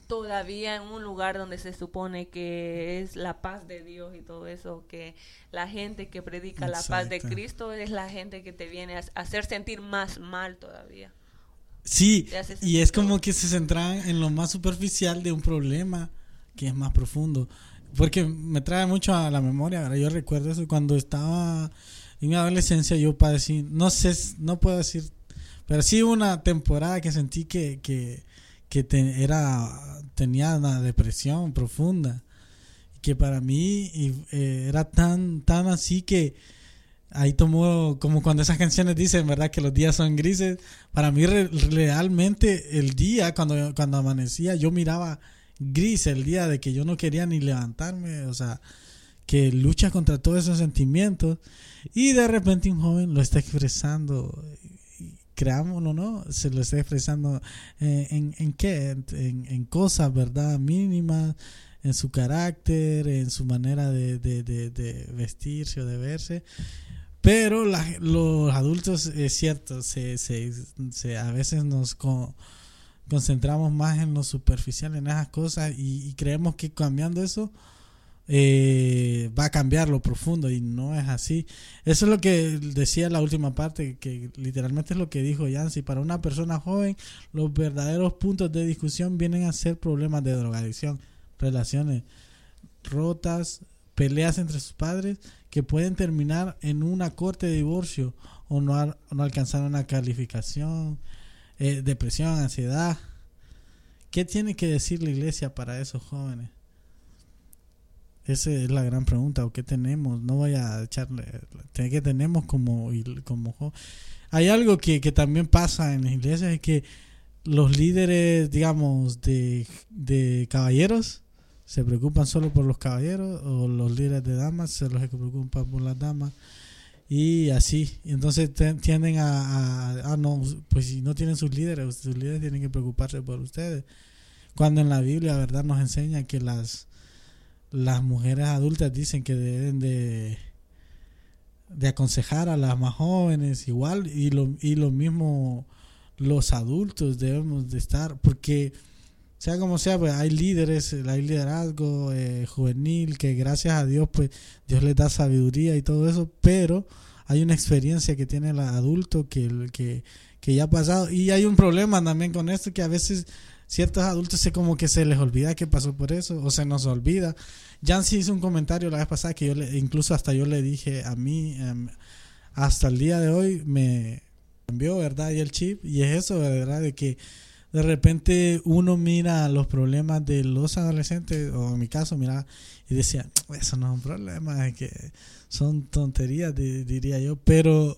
todavía en un lugar donde se supone que es la paz de Dios y todo eso, que la gente que predica Exacto. la paz de Cristo es la gente que te viene a hacer sentir más mal todavía. Sí, Te hace y sentir es como peor. que se centran en lo más superficial de un problema que es más profundo. Porque me trae mucho a la memoria, ¿verdad? Yo recuerdo eso cuando estaba en mi adolescencia, yo padecí, no sé, no puedo decir, pero sí una temporada que sentí que, que, que te, era, tenía una depresión profunda, que para mí y, eh, era tan, tan así que ahí tomó, como cuando esas canciones dicen, ¿verdad? Que los días son grises. Para mí re, realmente el día, cuando, cuando amanecía, yo miraba gris el día de que yo no quería ni levantarme, o sea, que lucha contra todos esos sentimientos y de repente un joven lo está expresando, creámoslo, ¿no? Se lo está expresando eh, en, en qué, en, en cosas, ¿verdad? Mínimas, en su carácter, en su manera de, de, de, de vestirse o de verse. Pero la, los adultos, es cierto, se, se, se, a veces nos con, concentramos más en lo superficial, en esas cosas, y, y creemos que cambiando eso eh, va a cambiar lo profundo, y no es así. Eso es lo que decía la última parte, que literalmente es lo que dijo Yancy. Para una persona joven, los verdaderos puntos de discusión vienen a ser problemas de drogadicción, relaciones rotas, peleas entre sus padres que pueden terminar en una corte de divorcio o no, al, no alcanzar una calificación, eh, depresión, ansiedad. ¿Qué tiene que decir la iglesia para esos jóvenes? Esa es la gran pregunta. ¿O qué tenemos? No voy a echarle. ¿Qué tenemos como, como jóvenes? Hay algo que, que también pasa en las iglesias, es que los líderes, digamos, de, de caballeros se preocupan solo por los caballeros, o los líderes de damas se los que preocupan por las damas, y así. Entonces te, tienden a, a, a no, pues si no tienen sus líderes, sus líderes tienen que preocuparse por ustedes, cuando en la Biblia, verdad, nos enseña que las las mujeres adultas dicen que deben de de aconsejar a las más jóvenes igual, y lo y lo mismo los adultos debemos de estar, porque sea como sea, pues hay líderes, hay liderazgo eh, juvenil, que gracias a Dios, pues Dios les da sabiduría y todo eso, pero hay una experiencia que tiene el adulto que, que, que ya ha pasado, y hay un problema también con esto, que a veces ciertos adultos se como que se les olvida que pasó por eso, o se nos olvida. Jancy hizo un comentario la vez pasada que yo le, incluso hasta yo le dije a mí, um, hasta el día de hoy me cambió, ¿verdad? Y el chip, y es eso, ¿verdad? De que de repente uno mira los problemas de los adolescentes, o en mi caso mira y decía, eso no es un problema, es que son tonterías, de, diría yo, pero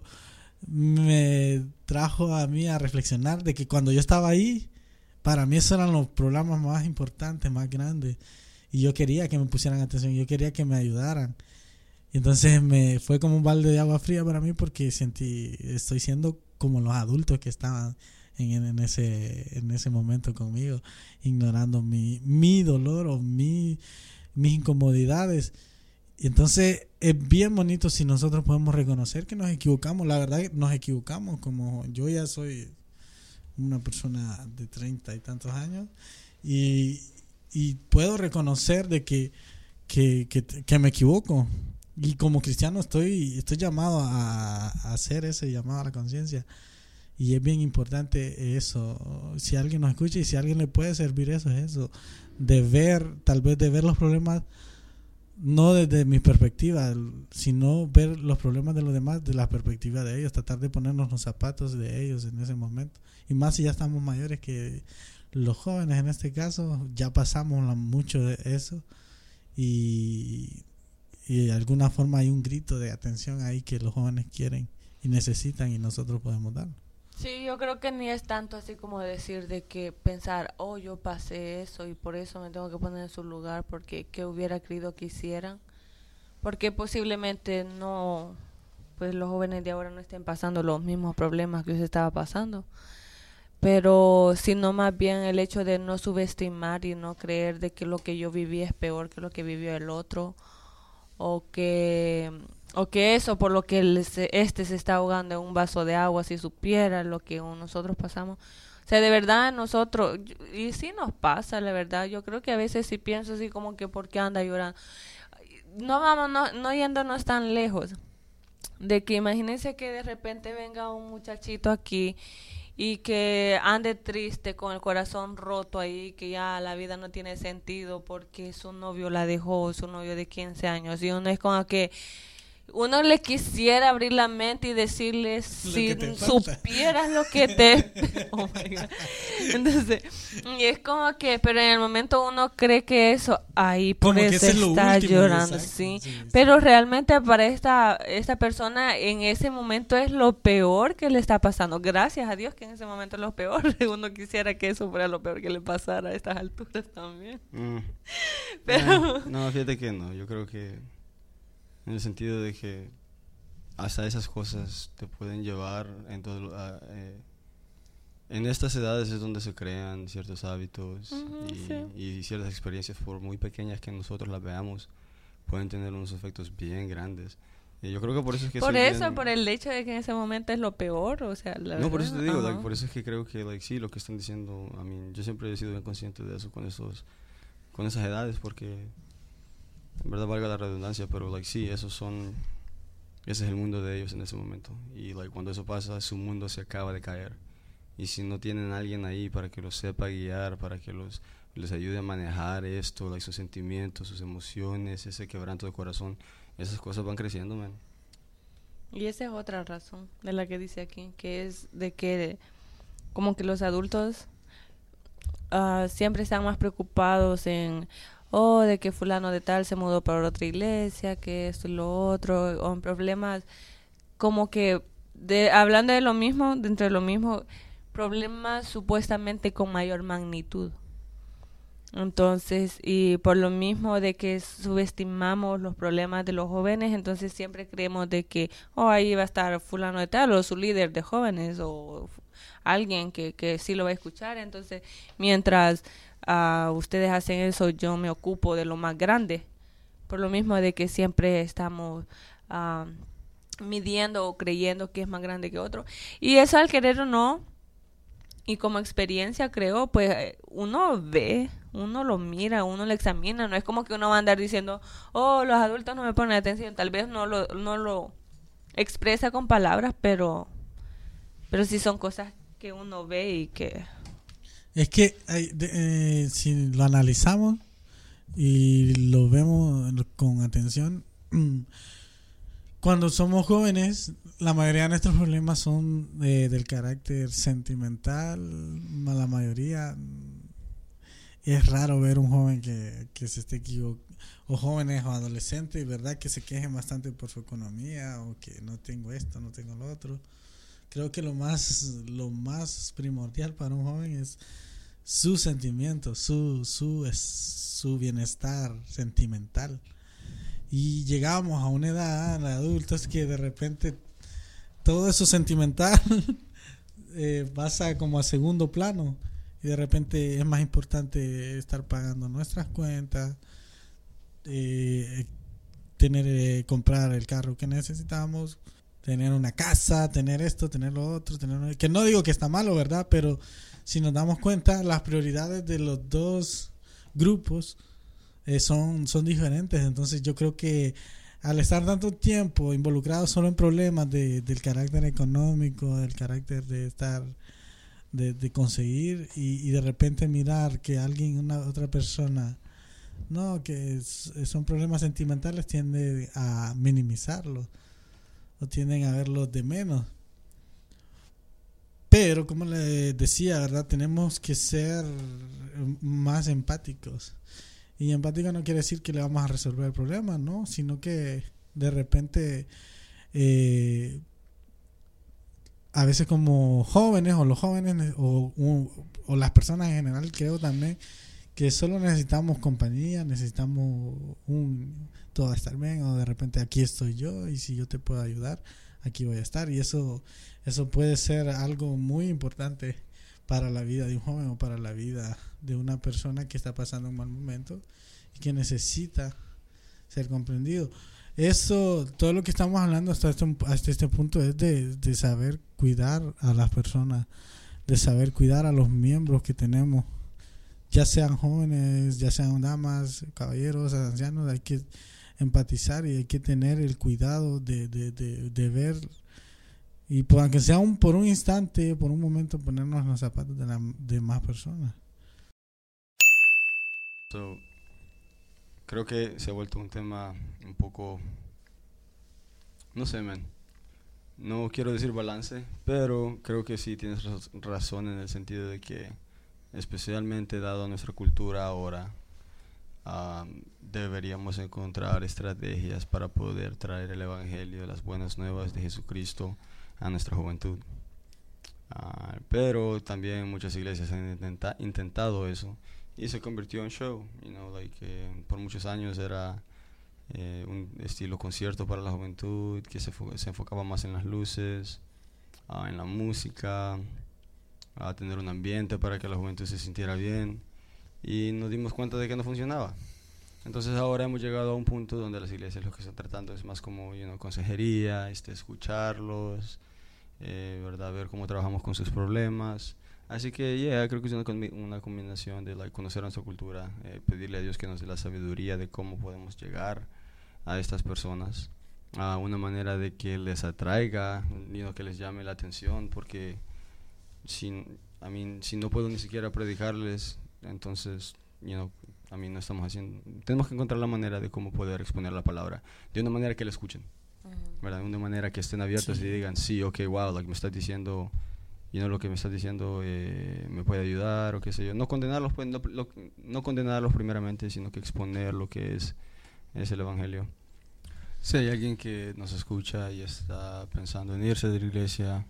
me trajo a mí a reflexionar de que cuando yo estaba ahí, para mí esos eran los problemas más importantes, más grandes, y yo quería que me pusieran atención, yo quería que me ayudaran, y entonces me fue como un balde de agua fría para mí, porque sentí, estoy siendo como los adultos que estaban En, en ese en ese momento conmigo, ignorando mi, mi dolor o mi, mis incomodidades. Y entonces es bien bonito si nosotros podemos reconocer que nos equivocamos. La verdad, nos equivocamos. Como yo ya soy una persona de treinta y tantos años, y, y puedo reconocer de que, que, que, que me equivoco, y como cristiano estoy, estoy llamado a, a hacer ese llamado a la conciencia. Y es bien importante eso. Si alguien nos escucha y si a alguien le puede servir eso, es eso. De ver, tal vez de ver los problemas, no desde mi perspectiva, sino ver los problemas de los demás de la perspectiva de ellos. Tratar de ponernos los zapatos de ellos en ese momento. Y más si ya estamos mayores, que los jóvenes en este caso, ya pasamos mucho de eso. Y, y de alguna forma hay un grito de atención ahí que los jóvenes quieren y necesitan, y nosotros podemos dar. Sí, yo creo que ni es tanto así como decir de que pensar, oh, yo pasé eso y por eso me tengo que poner en su lugar, porque qué hubiera querido que hicieran, porque posiblemente no, pues los jóvenes de ahora no estén pasando los mismos problemas que usted estaba pasando, pero sino más bien el hecho de no subestimar y no creer de que lo que yo viví es peor que lo que vivió el otro, o que o que eso por lo que el, este se está ahogando en un vaso de agua, si supiera lo que nosotros pasamos. O O sea, de verdad nosotros, y sí nos pasa, la verdad, yo creo que a veces sí pienso así como que ¿por qué anda llorando? No vamos, no, no yéndonos tan lejos, de que imagínense que de repente venga un muchachito aquí y que ande triste con el corazón roto ahí, que ya la vida no tiene sentido porque su novio la dejó, su novio de quince años, y uno es como que uno le quisiera abrir la mente y decirle si supieras lo que te oh my God. Entonces, y es como que, pero en el momento uno cree que eso ahí por Como que eso ese es lo está último, llorando, exacto, sí. sí, sí. Pero realmente para esta esta persona en ese momento es lo peor que le está pasando. Gracias a Dios que en ese momento es lo peor. Uno quisiera que eso fuera lo peor que le pasara a estas alturas también. Mm. Pero No, no, fíjate que no. Yo creo que en el sentido de que hasta esas cosas te pueden llevar en todo, a, eh, en estas edades es donde se crean ciertos hábitos Ujú, y, sí. y ciertas experiencias, por muy pequeñas que nosotros las veamos, pueden tener unos efectos bien grandes. Y yo creo que por eso es que por soy eso, bien- por el hecho de que en ese momento es lo peor, o sea, la no, por eso te verdad, digo, ajá. like, por eso es que creo que like, sí, lo que están diciendo, I mean, yo siempre he sido bien consciente de eso con esos, con esas edades, porque en verdad valga la redundancia, pero like sí, esos son, ese es el mundo de ellos en ese momento, y like cuando eso pasa, su mundo se acaba de caer, y si no tienen a alguien ahí para que los sepa guiar, para que los les ayude a manejar esto, like, sus sentimientos, sus emociones, ese quebranto de corazón, esas cosas van creciendo, man. Y esa es otra razón de la que dice aquí, que es de que como que los adultos ah, siempre están más preocupados en, oh, de que fulano de tal se mudó para otra iglesia, que esto y lo otro, o en problemas como que, de hablando de lo mismo, dentro de lo mismo, problemas supuestamente con mayor magnitud. Entonces, y por lo mismo de que subestimamos los problemas de los jóvenes, entonces siempre creemos de que, oh, ahí va a estar fulano de tal, o su líder de jóvenes, o f- alguien que, que sí lo va a escuchar. Entonces, mientras uh, ustedes hacen eso, yo me ocupo de lo más grande. Por lo mismo de que siempre estamos uh, midiendo o creyendo que es más grande que otro. Y eso al querer o no, y como experiencia creo, pues eh, uno ve, uno lo mira, uno lo examina, no es como que uno va a andar diciendo, oh, los adultos no me ponen atención, tal vez no lo, no lo expresa con palabras, pero, pero sí son cosas que uno ve y que... Es que hay, de, eh, si lo analizamos y lo vemos con atención, cuando somos jóvenes, la mayoría de nuestros problemas son eh, del carácter sentimental, la mayoría. Es raro ver un joven que, que se esté equivocando, o jóvenes o adolescentes, ¿verdad? Que se quejen bastante por su economía, o que no tengo esto, no tengo lo otro. Creo que lo más, lo más primordial para un joven es su sentimiento, su, su, es, su bienestar sentimental. Y llegamos a una edad de adultos que de repente todo eso sentimental eh, pasa como a segundo plano, y de repente es más importante estar pagando nuestras cuentas, eh, tener eh, comprar el carro que necesitamos, tener una casa, tener esto, tener lo otro, tener, que no digo que está malo, ¿verdad? Pero si nos damos cuenta, las prioridades de los dos grupos eh, son, son diferentes. Entonces yo creo que al estar tanto tiempo involucrado solo en problemas de, del carácter económico, del carácter de estar, de, de conseguir, y, y de repente mirar que alguien, una otra persona, no, que es, son problemas sentimentales, tiende a minimizarlos o tienden a verlos de menos. Pero como le decía, ¿verdad? Tenemos que ser más empáticos. Y empático no quiere decir que le vamos a resolver el problema, ¿no? Sino que de repente eh, a veces como jóvenes o los jóvenes o, o, o las personas en general, creo también que solo necesitamos compañía, necesitamos un todo va a estar bien, o de repente aquí estoy yo y si yo te puedo ayudar, aquí voy a estar. Y eso, eso puede ser algo muy importante para la vida de un joven o para la vida de una persona que está pasando un mal momento y que necesita ser comprendido. Eso, todo lo que estamos hablando hasta este, hasta este punto es de, de saber cuidar a las personas, de saber cuidar a los miembros que tenemos, ya sean jóvenes, ya sean damas, caballeros, ancianos. Hay que empatizar y hay que tener el cuidado de, de, de, de ver, y por, aunque sea un, por un instante, por un momento, ponernos en los zapatos de, la, de más personas. So, creo que se ha vuelto un tema un poco, no sé, man, no quiero decir balance, pero creo que sí tienes razón en el sentido de que, especialmente dado nuestra cultura ahora, uh, deberíamos encontrar estrategias para poder traer el evangelio, las buenas nuevas de Jesucristo a nuestra juventud. Uh, pero también muchas iglesias han intenta- intentado eso y se convirtió en show, you know, like, eh, por muchos años era eh, un estilo concierto para la juventud que se, fo- se enfocaba más en las luces, uh, en la música, a tener un ambiente para que la juventud se sintiera bien, y nos dimos cuenta de que no funcionaba. Entonces ahora hemos llegado a un punto donde las iglesias lo que están tratando es más como, you know, consejería, este, escucharlos, eh, verdad, ver cómo trabajamos con sus problemas. Así que yeah, creo que es una, combi- una combinación de like, conocer nuestra cultura, eh, pedirle a Dios que nos dé la sabiduría de cómo podemos llegar a estas personas, a una manera de que les atraiga, you know, que les llame la atención, porque si, I mean, si no puedo ni siquiera predicarles, entonces, you know, a mí no estamos haciendo. Tenemos que encontrar la manera de cómo poder exponer la palabra de una manera que la escuchen, uh-huh. ¿verdad? De una manera que estén abiertos, sí. Y digan, sí, ok, wow, like, me estás diciendo, you know, lo que me estás diciendo eh, me puede ayudar, o qué sé yo. No condenarlos, pues, no, lo, no condenarlos primeramente, sino que exponer lo que es, es el evangelio. Si hay alguien que nos escucha y está pensando en irse de la iglesia,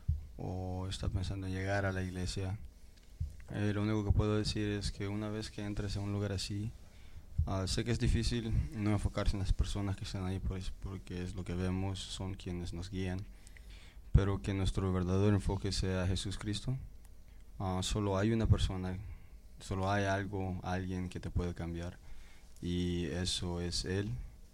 o está pensando en llegar a la iglesia, eh, lo único que puedo decir es que una vez que entres a un lugar así, uh, sé que es difícil no enfocarse en las personas que están ahí, pues, porque es lo que vemos, son quienes nos guían, pero que nuestro verdadero enfoque sea Jesús Cristo. Uh, solo hay una persona, solo hay algo, alguien que te puede cambiar, y eso es Él.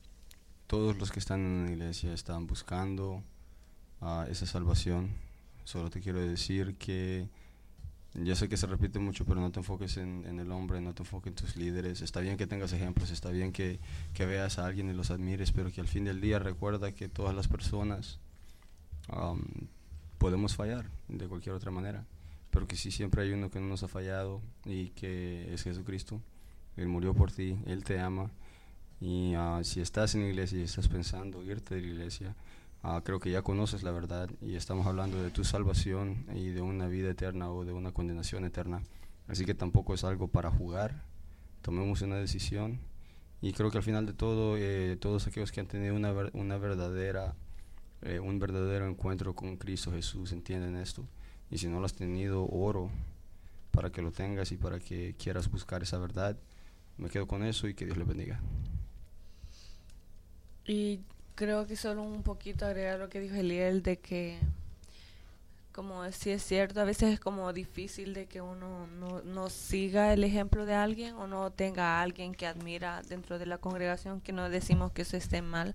Todos los que están en la iglesia están buscando uh, esa salvación. Solo te quiero decir que ya sé que se repite mucho, pero no te enfoques en, en el hombre, no te enfoques en tus líderes. Está bien que tengas ejemplos, está bien que, que veas a alguien y los admires, pero que al fin del día recuerda que todas las personas um, podemos fallar de cualquier otra manera, pero que sí siempre hay uno que no nos ha fallado, y que es Jesucristo. Él murió por ti, Él te ama, y uh, si estás en la iglesia y estás pensando irte de la iglesia, Uh, creo que ya conoces la verdad, y estamos hablando de tu salvación y de una vida eterna o de una condenación eterna. Así que tampoco es algo para jugar. Tomemos una decisión, y creo que al final de todo, eh, todos aquellos que han tenido una, ver, una verdadera, eh, un verdadero encuentro con Cristo Jesús entienden esto. Y si no lo has tenido, oro para que lo tengas y para que quieras buscar esa verdad. Me quedo con eso, y que Dios le bendiga. Y creo que solo un poquito agregar lo que dijo Eliel, de que, como sí es cierto, a veces es como difícil de que uno no, no siga el ejemplo de alguien, o no tenga a alguien que admira dentro de la congregación, que no decimos que eso esté mal,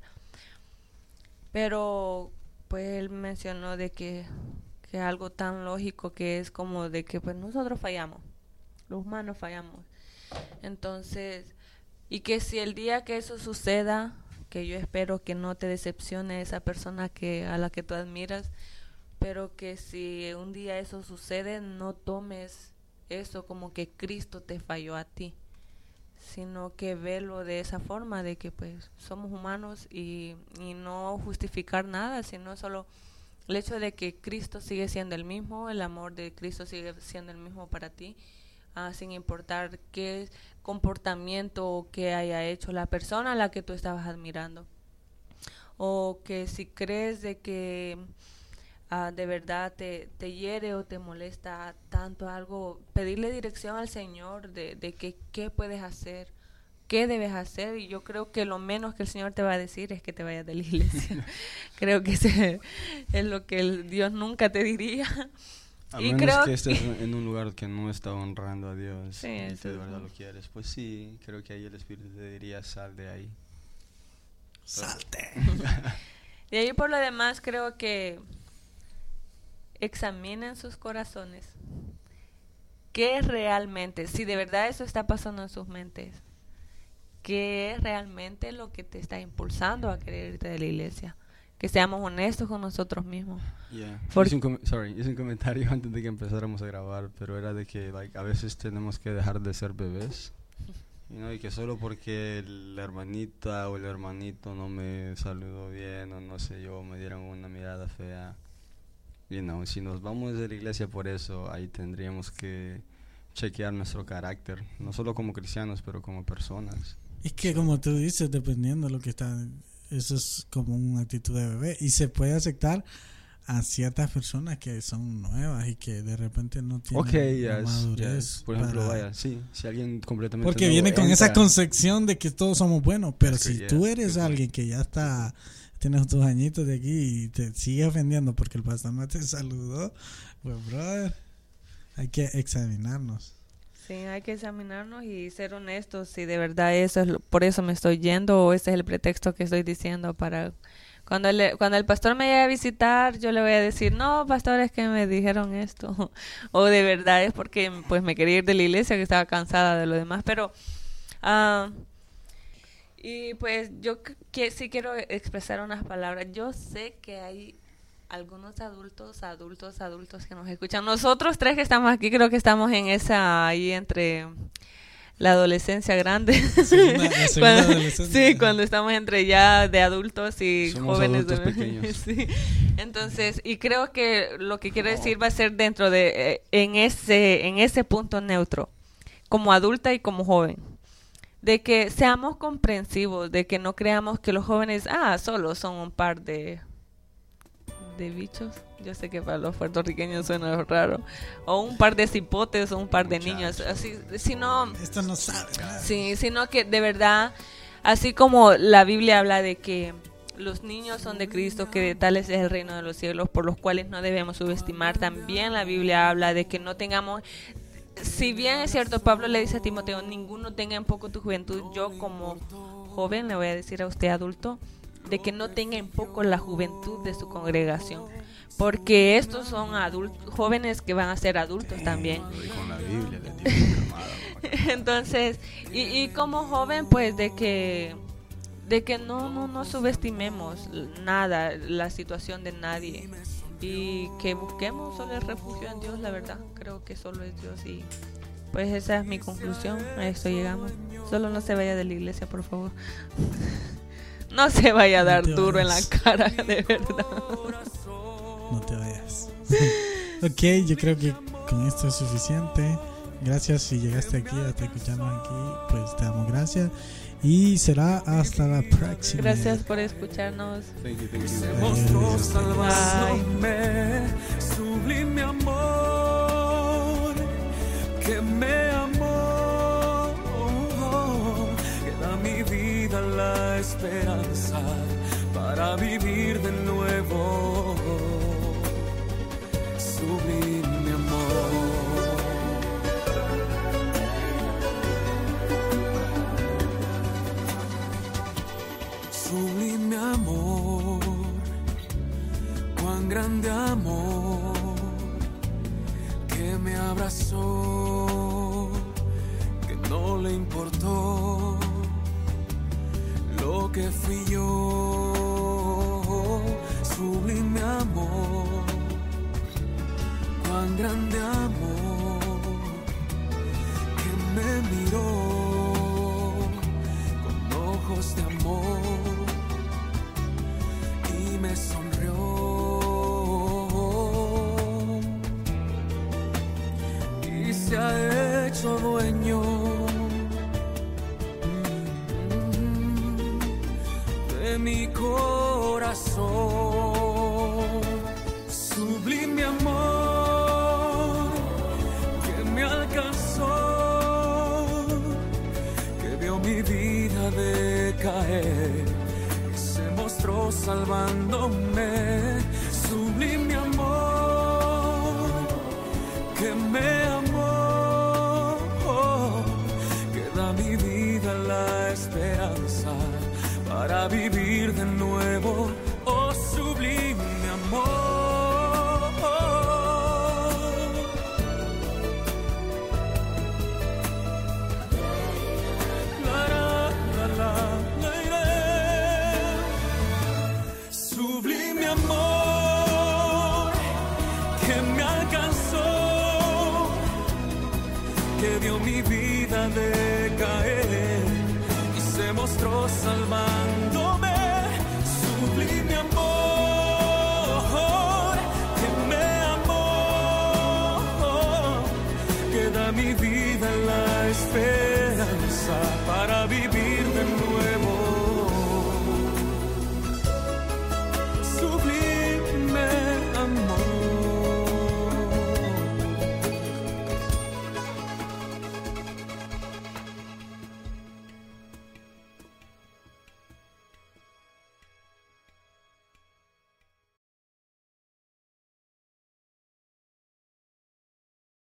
pero pues él mencionó de que, que algo tan lógico que es como de que pues nosotros fallamos, los humanos fallamos, entonces, y que si el día que eso suceda, que yo espero que no te decepcione esa persona que a la que tú admiras, pero que si un día eso sucede, no tomes eso como que Cristo te falló a ti, sino que velo de esa forma, de que pues somos humanos, y, y no justificar nada, sino solo el hecho de que Cristo sigue siendo el mismo, el amor de Cristo sigue siendo el mismo para ti, uh, sin importar qué comportamiento que haya hecho la persona a la que tú estabas admirando, o que si crees de que uh, de verdad te, te hiere o te molesta tanto algo, pedirle dirección al Señor de, de que qué puedes hacer, qué debes hacer. Y yo creo que lo menos que el Señor te va a decir es que te vayas de la iglesia. Creo que ese es lo que el Dios nunca te diría. A y menos creo que estés en un lugar que no está honrando a Dios, sí, y eso de es verdad bueno. lo quieres, pues sí, creo que ahí el Espíritu te diría, sal de ahí. Salte. De ahí por lo demás, creo que examinen sus corazones. ¿Qué es realmente? Si de verdad eso está pasando en sus mentes, ¿qué es realmente lo que te está impulsando a querer irte de la iglesia? Que seamos honestos con nosotros mismos. Yeah. For- Hice un com- sorry, hice un comentario antes de que empezáramos a grabar, pero era de que like, a veces tenemos que dejar de ser bebés. You know, y que solo porque la hermanita o el hermanito no me saludó bien o no sé yo, me dieron una mirada fea. You know, si nos vamos de la iglesia por eso, ahí tendríamos que chequear nuestro carácter, no solo como cristianos, pero como personas. Es que como tú dices, dependiendo de lo que está, eso es como una actitud de bebé y se puede aceptar a ciertas personas que son nuevas y que de repente no tienen Okay, la yes, madurez. yes. Por ejemplo, para- vaya, sí, si alguien completamente Porque nuevo viene con entra- esa concepción de que todos somos buenos, pero Sí, si yeah, tú eres good point. alguien que ya está, tienes tus añitos de aquí y te sigue ofendiendo porque el pastor no te saludó, pues brother, hay que examinarnos. Sí, hay que examinarnos y ser honestos si de verdad eso es lo- por eso me estoy yendo o ese es el pretexto que estoy diciendo para cuando el, cuando el pastor me llegue a visitar yo le voy a decir no pastor es que me dijeron esto o de verdad es porque pues me quería ir de la iglesia que estaba cansada de lo demás, pero ah, y pues yo c- que sí quiero expresar unas palabras. Yo sé que hay algunos adultos, adultos, adultos que nos escuchan. Nosotros tres que estamos aquí creo que estamos en esa ahí entre la adolescencia grande. Segunda- la segunda Cuando- adolescencia. sí, cuando estamos entre ya de adultos y Somos jóvenes. adultos de- pequeños. sí. Entonces, y creo que lo que quiero decir va a ser dentro de eh, en ese en ese punto neutro, como adulta y como joven. De que seamos comprensivos, de que no creamos que los jóvenes, ah, solo son un par de de bichos. Yo sé que para los puertorriqueños suena raro. O un par de cipotes o un par de niños. Así, sino, Esto no sabe nada. sí, sino que de verdad, así como la Biblia habla de que los niños son de Cristo, que de tales es el reino de los cielos, por los cuales no debemos subestimar. También la Biblia habla de que no tengamos, si bien es cierto, Pablo le dice a Timoteo, ninguno tenga en poco tu juventud. Yo como joven le voy a decir a usted adulto, de que no tenga en poco la juventud de su congregación, porque estos son adultos, jóvenes que van a ser adultos también. Lo dijo en la Biblia, le dijo mi amada, mamá. Entonces, y, y como joven, pues de que de que no no no subestimemos nada, la situación de nadie, y que busquemos solo el refugio en Dios. La verdad, creo que solo es Dios, y pues esa es mi conclusión. A esto llegamos. Solo no se vaya de la iglesia, por favor. No se vaya a No dar te duro en la vayas. cara, de verdad. No te vayas. Ok, yo creo que con esto es suficiente. Gracias si llegaste aquí a escucharnos aquí, pues te damos gracias y será hasta la próxima. Gracias por escucharnos. Thank you, thank you. Se mostró salvándome, sublime amor que me amó, que da mi vida la esperanza para vivir de nuevo. Sublime amor. Sublime amor, cuán grande amor que me abrazó, que no le importó lo que fui yo. Sublime amor, cuán grande amor que me miró con ojos de amor y me sonrió y se ha hecho dueño de mi corazón. Sublime amor que me alcanzó, que vio mi vida decaer, se mostró salvándome. Sublime amor que me amó, que da mi vida la esperanza para vivir de nuevo. Oh, sublime amor. que vio mi vida decaer y se mostró salvándome. Sublime amor que me amó, que da mi vida en la esperanza para vivir de nuevo.